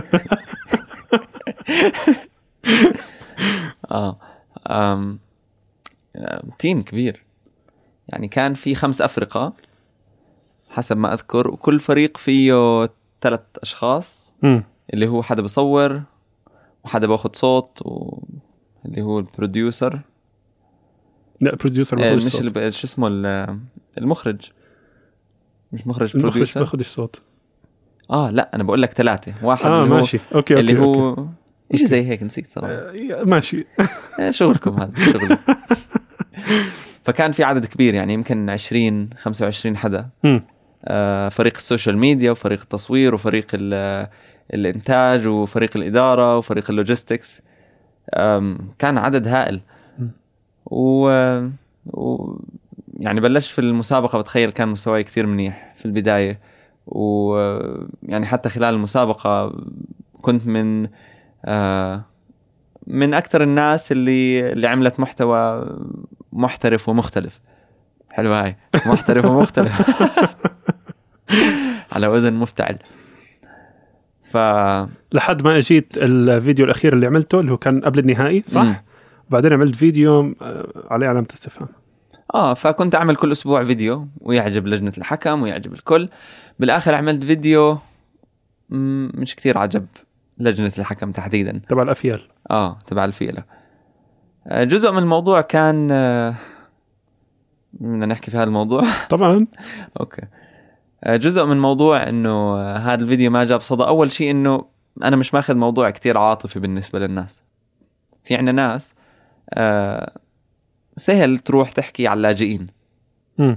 اه أم... تيم كبير، يعني كان في خمس أفرقة حسب ما أذكر، وكل فريق فيه ثلاث أشخاص. امم اللي هو حدا بصور، وحدا باخد صوت، واللي هو البروديوسر. لا بروديوسر آه باخد مش الصوت. ال- شو اسمه ال- المخرج، مش مخرج، المخرج بروديوسر. باخد الصوت. اه لا انا بقول لك ثلاثة، واحد اه اللي هو ماشي اوكي اللي اوكي هو أوكي. إشي زي هيك، نسيت صراحة. آه، ماشي. آه، شغلكم هذا شغل. فكان في عدد كبير، يعني يمكن عشرين خمسة وعشرين حدا. امم آه، فريق السوشيال ميديا، وفريق التصوير، وفريق ال- الانتاج، وفريق الاداره، وفريق اللوجيستكس. آم، كان عدد هائل. و... و يعني بلشت في المسابقه، بتخيل كان مستواي كثير منيح في البدايه، ويعني حتى خلال المسابقه كنت من آه، من اكثر الناس اللي اللي عملت محتوى محترف ومختلف. حلوة هاي، محترف ومختلف. على وزن مفتعل. ف لحد ما اجيت الفيديو الاخير اللي عملته اللي هو كان قبل النهائي صح؟ مم. بعدين عملت فيديو آه، عليه علامه استفهام. اه فكنت اعمل كل اسبوع فيديو ويعجب لجنة الحكم ويعجب الكل. بالاخر عملت فيديو مم، مش كتير عجب لجنة الحكم تحديدا. تبع الافيال. اه تبع الفيلة. آه، جزء من الموضوع كان آه، بدنا نحكي في هذا الموضوع. طبعا. اوكي. آه، جزء من الموضوع انه آه، هذا الفيديو ما جاب صدى. اول شيء انه انا مش ماخذ موضوع كتير عاطفي بالنسبة للناس. في عنا ناس آه، سهل تروح تحكي على اللاجئين. امم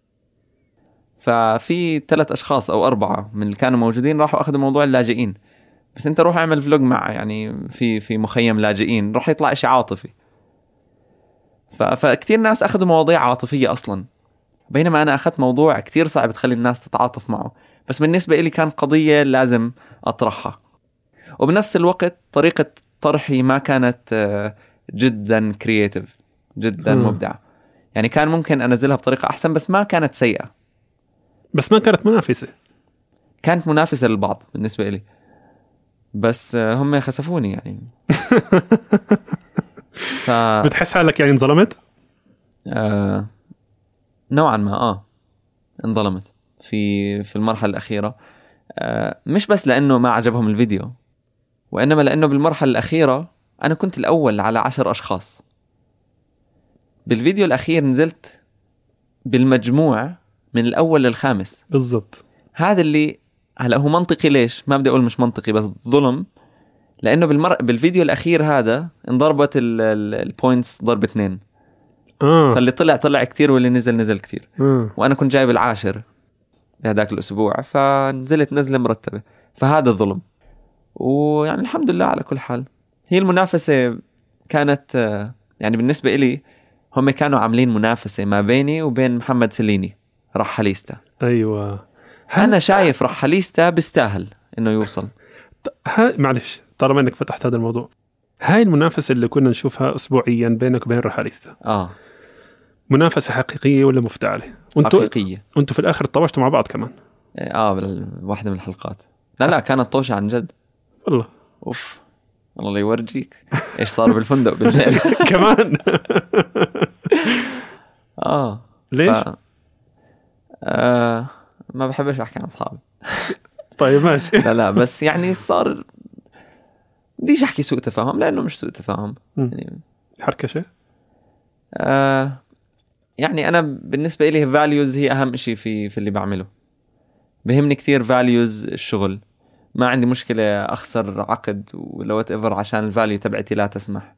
ففي ثلاث اشخاص او اربعة من اللي كانوا موجودين راحوا اخذوا موضوع اللاجئين. بس انت روح اعمل فلوج مع يعني في في مخيم لاجئين، راح يطلع اشي عاطفي. ف- فكتير ناس اخذوا مواضيع عاطفية اصلا، بينما انا اخذت موضوع كتير صعب تخلي الناس تتعاطف معه. بس بالنسبة لي كان قضية لازم اطرحها، وبنفس الوقت طريقة طرحي ما كانت آه، جدا كرياتيف، جدا مم. مبدعة. يعني كان ممكن انزلها بطريقة احسن، بس ما كانت سيئة. بس ما كانت منافسه. كانت منافسة للبعض بالنسبة لي، بس آه، هم خسفوني يعني. ف بتحس حالك يعني انظلمت؟ آه... نوعا ما اه انظلمت في في المرحلة الأخيرة. آه... مش بس لأنه ما عجبهم الفيديو، وإنما لأنه بالمرحلة الأخيرة أنا كنت الأول على عشر أشخاص. بالفيديو الأخير نزلت بالمجموع من الأول للخامس. بالضبط. هذا اللي هلا هو منطقي. ليش ما بدي أقول مش منطقي، بس ظلم. لأنه بالمر... بالفيديو الأخير هذا انضربت البوينتس ضرب اثنين. اه فاللي طلع طلع كتير، واللي نزل نزل كتير. آه. وأنا كنت جايب العاشر بهداك الأسبوع، فنزلت نزلة مرتبة. فهذا الظلم. ويعني الحمد لله على كل حال. هي المنافسة كانت آه، يعني بالنسبة إلي هم كانوا عاملين منافسة ما بيني وبين محمد سليني رحاليستا. ايوه. أنا شايف رحاليستا بيستاهل إنه يوصل. ها معلش، طالما انك فتحت هذا الموضوع، هاي المنافسه اللي كنا نشوفها اسبوعيا بينك وبين رحاليستا، آه منافسه حقيقيه ولا مفتعله؟ وانتوا حقيقية. وانتوا في الاخر طبشتوا مع بعض كمان. آه بواحدة من الحلقات. لا لا كانت طوشة عن جد. والله أوف، الله يورجيك إيش صار بالفندق بالليل. كمان. آه ليش؟ ف... آه ما بحبش أحكي عن أصحابي. طيب ماشي. لا لا بس يعني صار بديش أحكي سوء تفاهم، لأنه مش سوء تفاهم يعني. حركشه. آه يعني أنا بالنسبة إلي values هي أهم شيء في في اللي بعمله. بهمني كثير values الشغل. ما عندي مشكلة أخسر عقد ولو whatever عشان الفاليو تبعتي لا تسمح.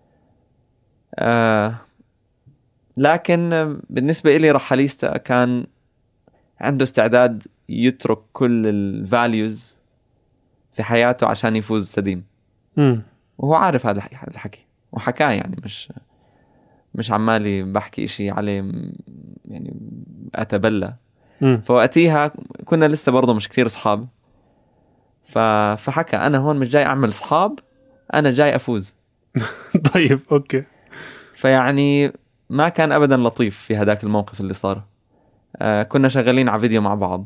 آه لكن بالنسبة إلي رحاليستا كان عنده استعداد يترك كل الفاليوز في حياته عشان يفوز سديم. امم وهو عارف هذا الحكي وحكاه، يعني مش مش عمالي بحكي إشي عليه يعني أتبلى. فوقتيها كنا لسه برضو مش كتير أصحاب. ف... فحكى أنا هون مش جاي أعمل أصحاب، أنا جاي أفوز. طيب أوكي. فيعني ما كان أبدا لطيف في هداك الموقف اللي صار. آه كنا شغالين على فيديو مع بعض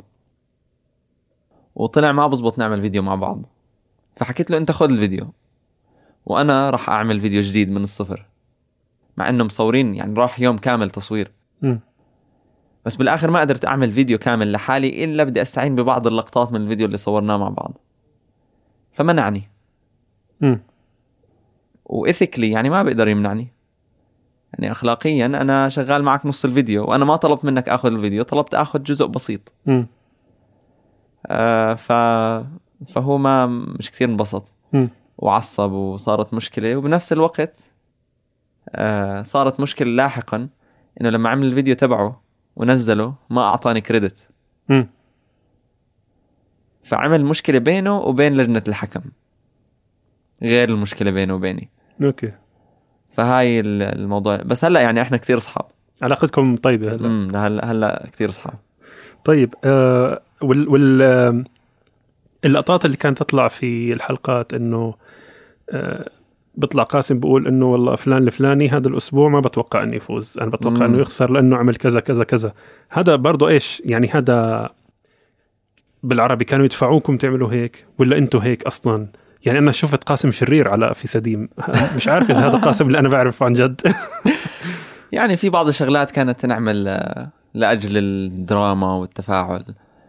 وطلع ما بزبط نعمل فيديو مع بعض. فحكيت له أنت خذ الفيديو وأنا راح أعمل فيديو جديد من الصفر، مع إنه مصورين يعني راح يوم كامل تصوير. م. بس بالآخر ما قدرت أعمل فيديو كامل لحالي إلا بدي أستعين ببعض اللقطات من الفيديو اللي صورناه مع بعض. فمنعني. م. وإثيكلي يعني ما بقدر يمنعني، يعني أخلاقيا أنا شغال معك نص الفيديو وأنا ما طلبت منك أخذ الفيديو، طلبت أخذ جزء بسيط. م. آه ف... فهو ما مش كثير انبسط م. وعصب وصارت مشكلة. وبنفس الوقت آه صارت مشكلة لاحقا إنه لما عمل الفيديو تبعه ونزله ما أعطاني كريدت. م. فعمل مشكلة بينه وبين لجنة الحكم غير المشكلة بينه وبيني. أوكي. فهاي الموضوع. بس هلأ يعني إحنا كثير أصحاب، علاقتكم طيبة هلأ. امم هلأ هلأ كثير أصحاب. طيب آه وال وال آه اللقطات اللي كانت تطلع في الحلقات إنه آه بيطلع قاسم بقول إنه والله فلان الفلاني هذا الأسبوع ما بتوقع إنه يفوز، أنا بتوقع مم. إنه يخسر لأنه عمل كذا كذا كذا. هذا برضو إيش يعني؟ هذا بالعربي كانوا يدفعوكم تعملوا هيك ولا أنتوا هيك أصلاً؟ يعني أنا شفت قاسم شرير على في سديم، مش عارف إذا هذا قاسم اللي أنا بعرفه عن جد. يعني في بعض الشغلات كانت تنعمل لأجل الدراما والتفاعل،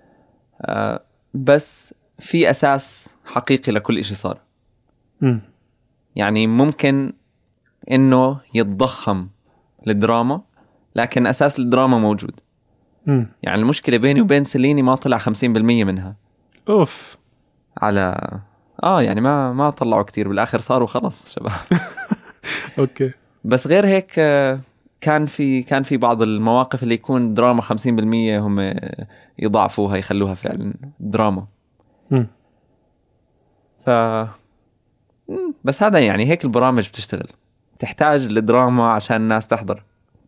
بس في أساس حقيقي لكل إشي صار. م. يعني ممكن إنه يتضخم للدراما لكن أساس الدراما موجود. م. يعني المشكلة بيني وبين سليني ما طلع خمسين بالمية منها. أوف. على آه يعني ما ما طلعوا كتير بالآخر، صاروا خلص شباب. أوكي. بس غير هيك كان في كان في بعض المواقف اللي يكون دراما خمسين بالمية هم يضاعفوها يخلوها فعلا دراما. م. ف بس هذا يعني هيك البرامج بتشتغل، تحتاج الدراما عشان الناس تحضر.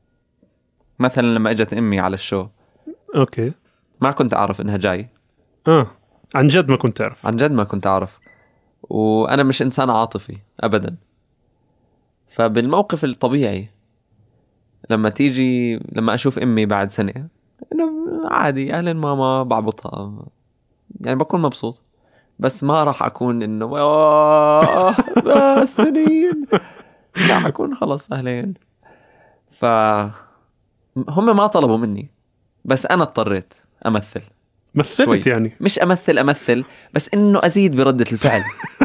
مثلا لما اجت امي على الشو، اوكي، ما كنت اعرف انها جاي. اه عن جد ما كنت اعرف، عن جد ما كنت اعرف، وانا مش انسان عاطفي ابدا. فبالموقف الطبيعي لما تيجي لما اشوف امي بعد سنه انه عادي اهلا ماما بعبطها، يعني بكون مبسوط، بس ما راح اكون انه آه بس سنين، لا اكون خلص اهلين. ف هم ما طلبوا مني بس انا اضطريت امثل. مثلت يعني مش امثل امثل بس انه ازيد بردة الفعل.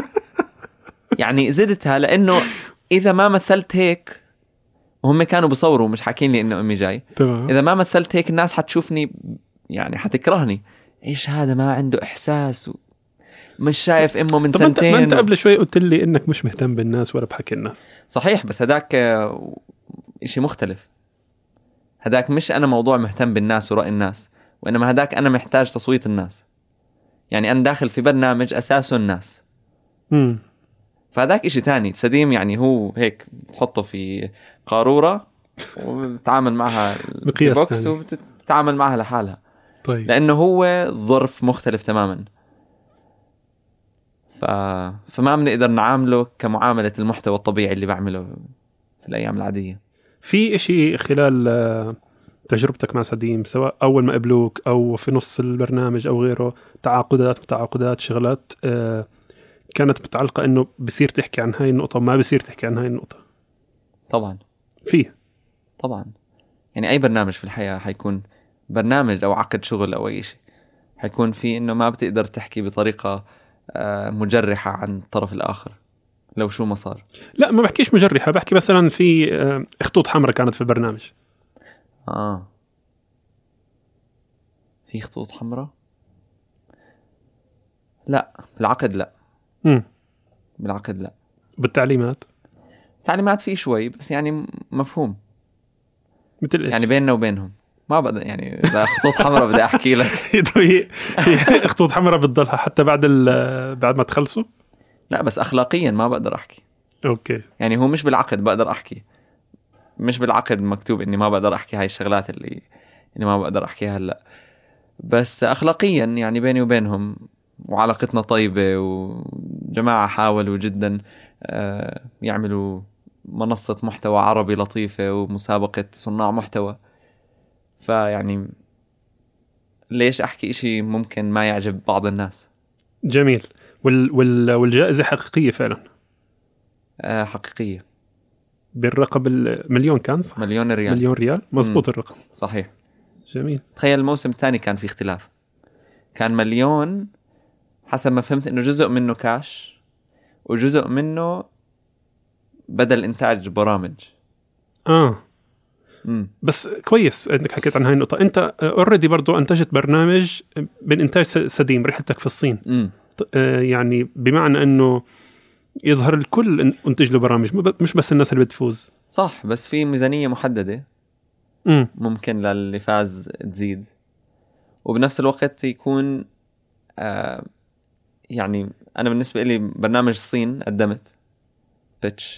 يعني زدتها لانه اذا ما مثلت هيك، وهم كانوا بيصوروا مش حاكين لي انه امي جاي، تمام. اذا ما مثلت هيك الناس حتشوفني يعني حتكرهني، ايش هذا ما عنده احساس و... مش شايف امه من طب سنتين. ما انت قبل شوي قلت لي انك مش مهتم بالناس ولا بحكي الناس. صحيح، بس هداك اشي مختلف. هداك مش انا موضوع مهتم بالناس ورأي الناس، وانما هداك انا محتاج تصويت الناس. يعني انا داخل في برنامج اساسه الناس. امم فهداك اشي تاني. سديم يعني هو هيك تحطه في قارورة وتتعامل معها بوكس وتتعامل معها لحالها. طيب. لانه هو ظرف مختلف تماما. ف... فما بنقدر نعامله كمعاملة المحتوى الطبيعي اللي بعمله في الأيام العادية. في إشي خلال تجربتك مع سديم، سواء أول ما قبلوك أو في نص البرنامج أو غيره، تعاقدات متعاقدات شغلات كانت متعلقة إنه بصير تحكي عن هاي النقطة وما بصير تحكي عن هاي النقطة؟ طبعا فيه طبعا. يعني أي برنامج في الحياة حيكون برنامج أو عقد شغل أو أي شيء حيكون فيه إنه ما بتقدر تحكي بطريقة مجرحة عن الطرف الآخر لو شو ما صار. لا ما بحكيش مجرحة، بحكي مثلا في خطوط حمراء كانت في البرنامج. آه في خطوط حمراء؟ لا بالعقد لا. امم بالعقد لا. بالتعليمات تعليمات فيه شوي بس يعني مفهوم. مثل إيش؟ يعني بيننا وبينهم ما بقدر يعني إذا خطوط حمراء بدي أحكي لك. هي خطوط حمراء بتضلها حتى بعد بعد ما تخلصوا؟ لا بس أخلاقيا ما بقدر أحكي. أوكي. يعني هو مش بالعقد بقدر أحكي، مش بالعقد مكتوب إني ما بقدر أحكي هاي الشغلات اللي إني ما بقدر أحكيها هلا. بس أخلاقيا يعني بيني وبينهم وعلاقتنا طيبة، وجماعة حاولوا جدا يعملوا منصة محتوى عربي لطيفة ومسابقة صناع محتوى. فيعني ليش أحكي إشي ممكن ما يعجب بعض الناس؟ جميل. وال وال والجائزة حقيقية فعلا؟ آه حقيقية، بالرقم المليون كان صح؟ مليون ريال. مليون ريال مزبوط. الرقم صحيح. جميل. تخيل الموسم الثاني كان في اختلاف، كان مليون حسب ما فهمت إنه جزء منه كاش وجزء منه بدل إنتاج برامج. آه مم. بس كويس انك حكيت عن هاي النقطة. انت اوريدي برضو انتجت برنامج من انتاج سديم، رحلتك في الصين. مم. يعني بمعنى انه يظهر الكل انتج له برامج، مش بس الناس اللي بتفوز. صح، بس في ميزانية محددة مم. ممكن للي فاز تزيد، وبنفس الوقت يكون آه يعني أنا بالنسبة لي برنامج الصين قدمت بيتش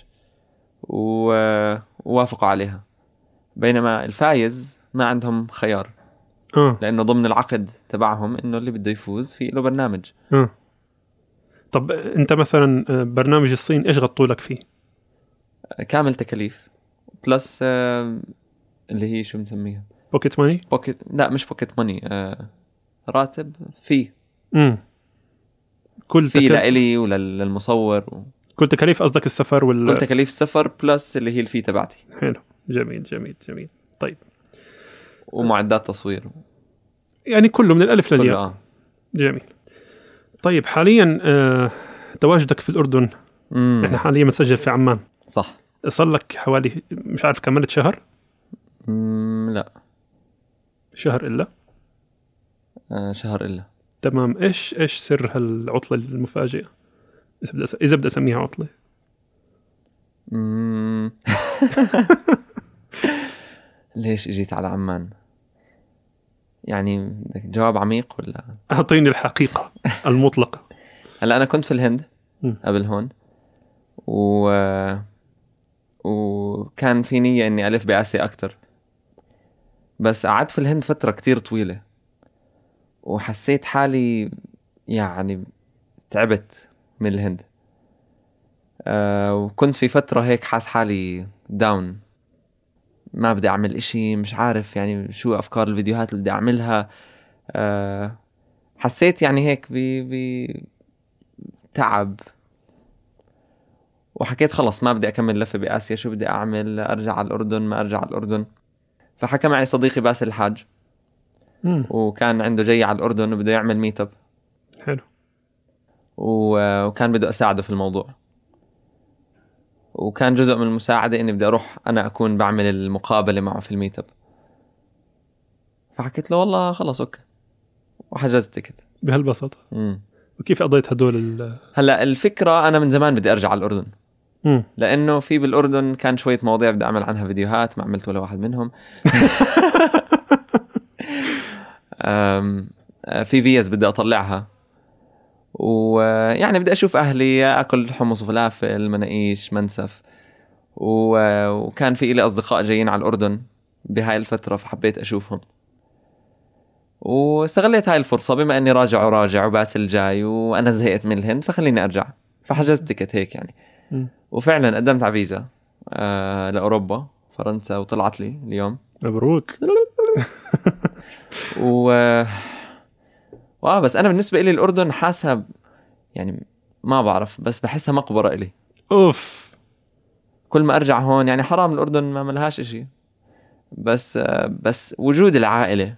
ووافقوا عليها، بينما الفايز ما عندهم خيار. آه. لأنه ضمن العقد تبعهم إنه اللي بده يفوز في له برنامج. آه. طب أنت مثلا برنامج الصين إيش غطوا لك فيه؟ كامل تكاليف بلس آه اللي هي شو بنسميها بوكيت ماني؟ بوكيت لا مش بوكيت ماني، آه راتب في امم كل في تكل... لإلي وللمصور و... كل تكاليف قصدك السفر وال كل تكاليف السفر بلس اللي هي الفي تبعتي. حلو. جميل جميل جميل. طيب ومعدات تصوير يعني كله من الألف للياء. آه. جميل. طيب حاليا آه... تواجدك في الأردن. مم. نحن حاليا مسجل في عمان. صح. صار لك حوالي مش عارف كملت شهر؟ مم. لا شهر إلا آه شهر إلا. تمام. إيش إيش سر هالعطلة المفاجئة إذا بدي إذا بدي أسميها عطلة؟ مم. ليش اجيت على عمان؟ يعني جواب عميق ولا؟ أعطيني الحقيقة المطلقة. هلا أنا كنت في الهند م. قبل هون و... وكان في نية إني ألف بآسيا أكتر، بس قعدت في الهند فترة كتير طويلة وحسيت حالي يعني تعبت من الهند. أه وكنت في فترة هيك حاس حالي داون، ما بدي أعمل إشي، مش عارف يعني شو أفكار الفيديوهات اللي بدي أعملها. أه حسيت يعني هيك بتعب، وحكيت خلص ما بدي أكمل لفة بآسيا، شو بدي أعمل؟ أرجع على الأردن ما أرجع على الأردن؟ فحكى معي صديقي باسل الحاج مم. وكان عنده جاي على الأردن وبده يعمل ميت اب. حلو. وكان بده أساعده في الموضوع، وكان جزء من المساعدة إني بدي أروح أنا أكون بعمل المقابلة معه في الميت اب. فحكيت له والله خلص أوكي، وحجزت تيكت بهالبساطة. مم. وكيف قضيت هدول ال... هلا الفكرة أنا من زمان بدي أرجع على الأردن. مم. لأنه في بالأردن كان شوية مواضيع بدي أعمل عنها فيديوهات، ما عملت ولا واحد منهم. في فيز بدي أطلعها، ويعني بدي أشوف أهلي، أكل حمص وفلافل، مناقيش، منسف، وكان في إلي أصدقاء جايين على الأردن بهاي الفترة فحبيت أشوفهم، واستغليت هاي الفرصة بما أني راجع وراجع وباسل جاي وأنا زهقت من الهند فخليني أرجع. فحجزت تيكت هيك يعني. م. وفعلا قدمت على فيزا آه لأوروبا فرنسا وطلعت لي اليوم. مبروك. و واه بس أنا بالنسبة إلي الأردن حاسها يعني ما بعرف، بس بحسها مقبرة إلي. أوف. كل ما أرجع هون يعني حرام الأردن ما ملهاش إشي، بس آه بس وجود العائلة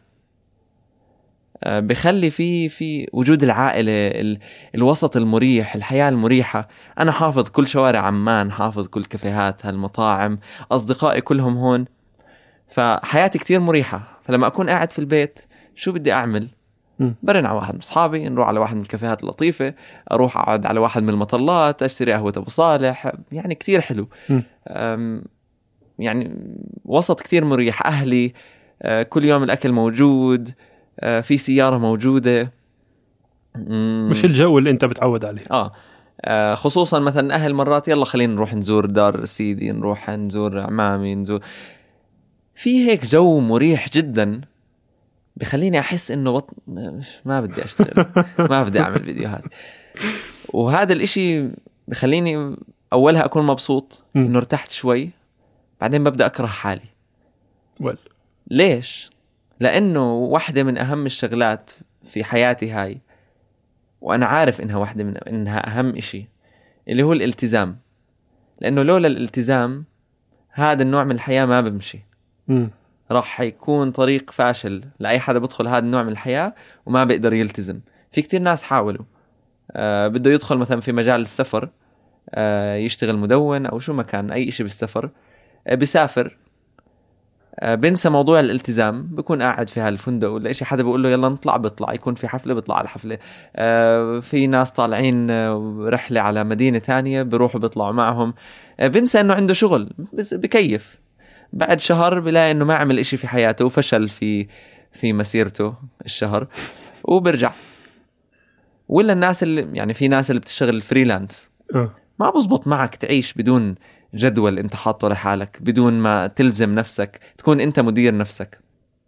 بخلي في في وجود العائلة، ال... الوسط المريح، الحياة المريحة. أنا حافظ كل شوارع عمان، حافظ كل كافيهات هالمطاعم، أصدقائي كلهم هون، فحياتي كتير مريحة. فلما أكون قاعد في البيت شو بدي أعمل؟ م. برن على واحد من أصحابي، نروح على واحد من الكافيهات اللطيفة، أروح أقعد على واحد من المطلات، أشتري قهوة أبو صالح، يعني كتير حلو. أم... يعني وسط كتير مريح. أهلي أه كل يوم الأكل موجود، في سيارة موجودة، مش الجو اللي انت بتعود عليه. آه. آه خصوصا مثلا أهل مرات يلا خلينا نروح نزور دار سيدي، نروح نزور عمامي، نزور في هيك جو مريح جدا. بخليني أحس إنه بط... ما بدي أشتغل ما بدي أعمل فيديوهات. وهذا الإشي بخليني أولها أكون مبسوط إنه ارتحت شوي، بعدين ببدأ أكره حالي. well. ليش؟ لأنه واحدة من أهم الشغلات في حياتي هاي، وأنا عارف إنها واحدة من إنها أهم إشي، اللي هو الالتزام. لأنه لولا الالتزام هذا النوع من الحياة ما بمشي. م. راح يكون طريق فاشل لأي حدا بدخل هذا النوع من الحياة وما بيقدر يلتزم. في كتير ناس حاولوا آه بده يدخل مثلا في مجال السفر، آه يشتغل مدون أو شو مكان أي إشي بالسفر، آه بيسافر، آه بنسى موضوع الالتزام، بيكون قاعد في هالفندق ولا إشي، حدا بيقول له يلا نطلع بيطلع، يكون في حفلة بيطلع على الحفلة. آه في ناس طالعين رحلة على مدينة تانية بيروحوا بيطلعوا معهم، آه بنسى إنه عنده شغل بكيف. بعد شهر بلاقي إنه ما عمل إشي في حياته وفشل في في مسيرته الشهر وبرجع. ولا الناس اللي يعني في ناس اللي بتشتغل فريلانس أه. ما بزبط معك تعيش بدون جدول انت حاطه لحالك، بدون ما تلزم نفسك، تكون انت مدير نفسك.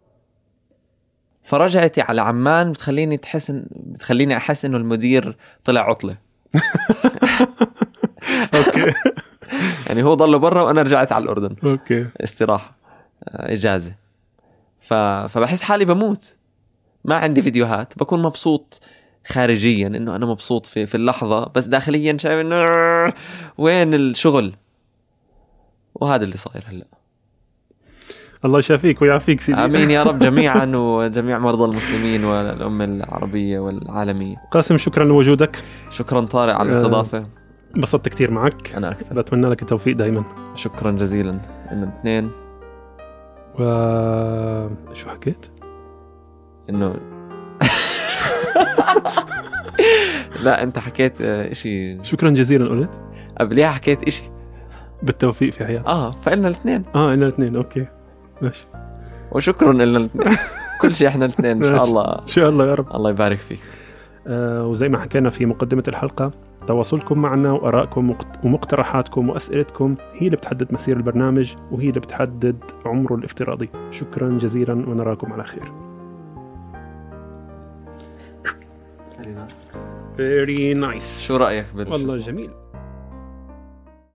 فرجعتي على عمان بتخليني تحس بتخليني احس انه المدير طلع عطلة. اوكي. يعني هو ضل برا وانا رجعت على الاردن اوكي استراحة اجازة. ف... فبحس حالي بموت، ما عندي فيديوهات، بكون مبسوط خارجيا انه انا مبسوط في في اللحظة، بس داخليا شايف انه وين الشغل. وهذا اللي صاير هلا. الله يشافيك ويعافيك سيدي. امين يا رب جميعا، وجميع مرضى المسلمين والامه العربيه والعالميه. قاسم شكرا لوجودك. شكرا طارق على الاستضافه. انبسطت كثير معك. انا اكثر. بتمنى لك التوفيق دائما. شكرا جزيلا لنا الاثنين. و شو حكيت؟ انه لا انت حكيت اشي. شكرا جزيلا قلت قبليها حكيت اشي بالتوفيق في حياتك. اه فإلنا الاثنين. اه إلنا الاثنين. اوكي ماشي. وشكرا لنا الاثنين. كل شيء احنا الاثنين ان شاء الله. ان شاء الله يا رب. الله يبارك فيك. آه وزي ما حكينا في مقدمة الحلقة، تواصلكم معنا وآرائكم ومقترحاتكم وأسئلتكم هي اللي بتحدد مسير البرنامج، وهي اللي بتحدد عمره الافتراضي. شكرا جزيلا ونراكم على خير. Very nice. شو رأيك بالشو؟ والله جميل.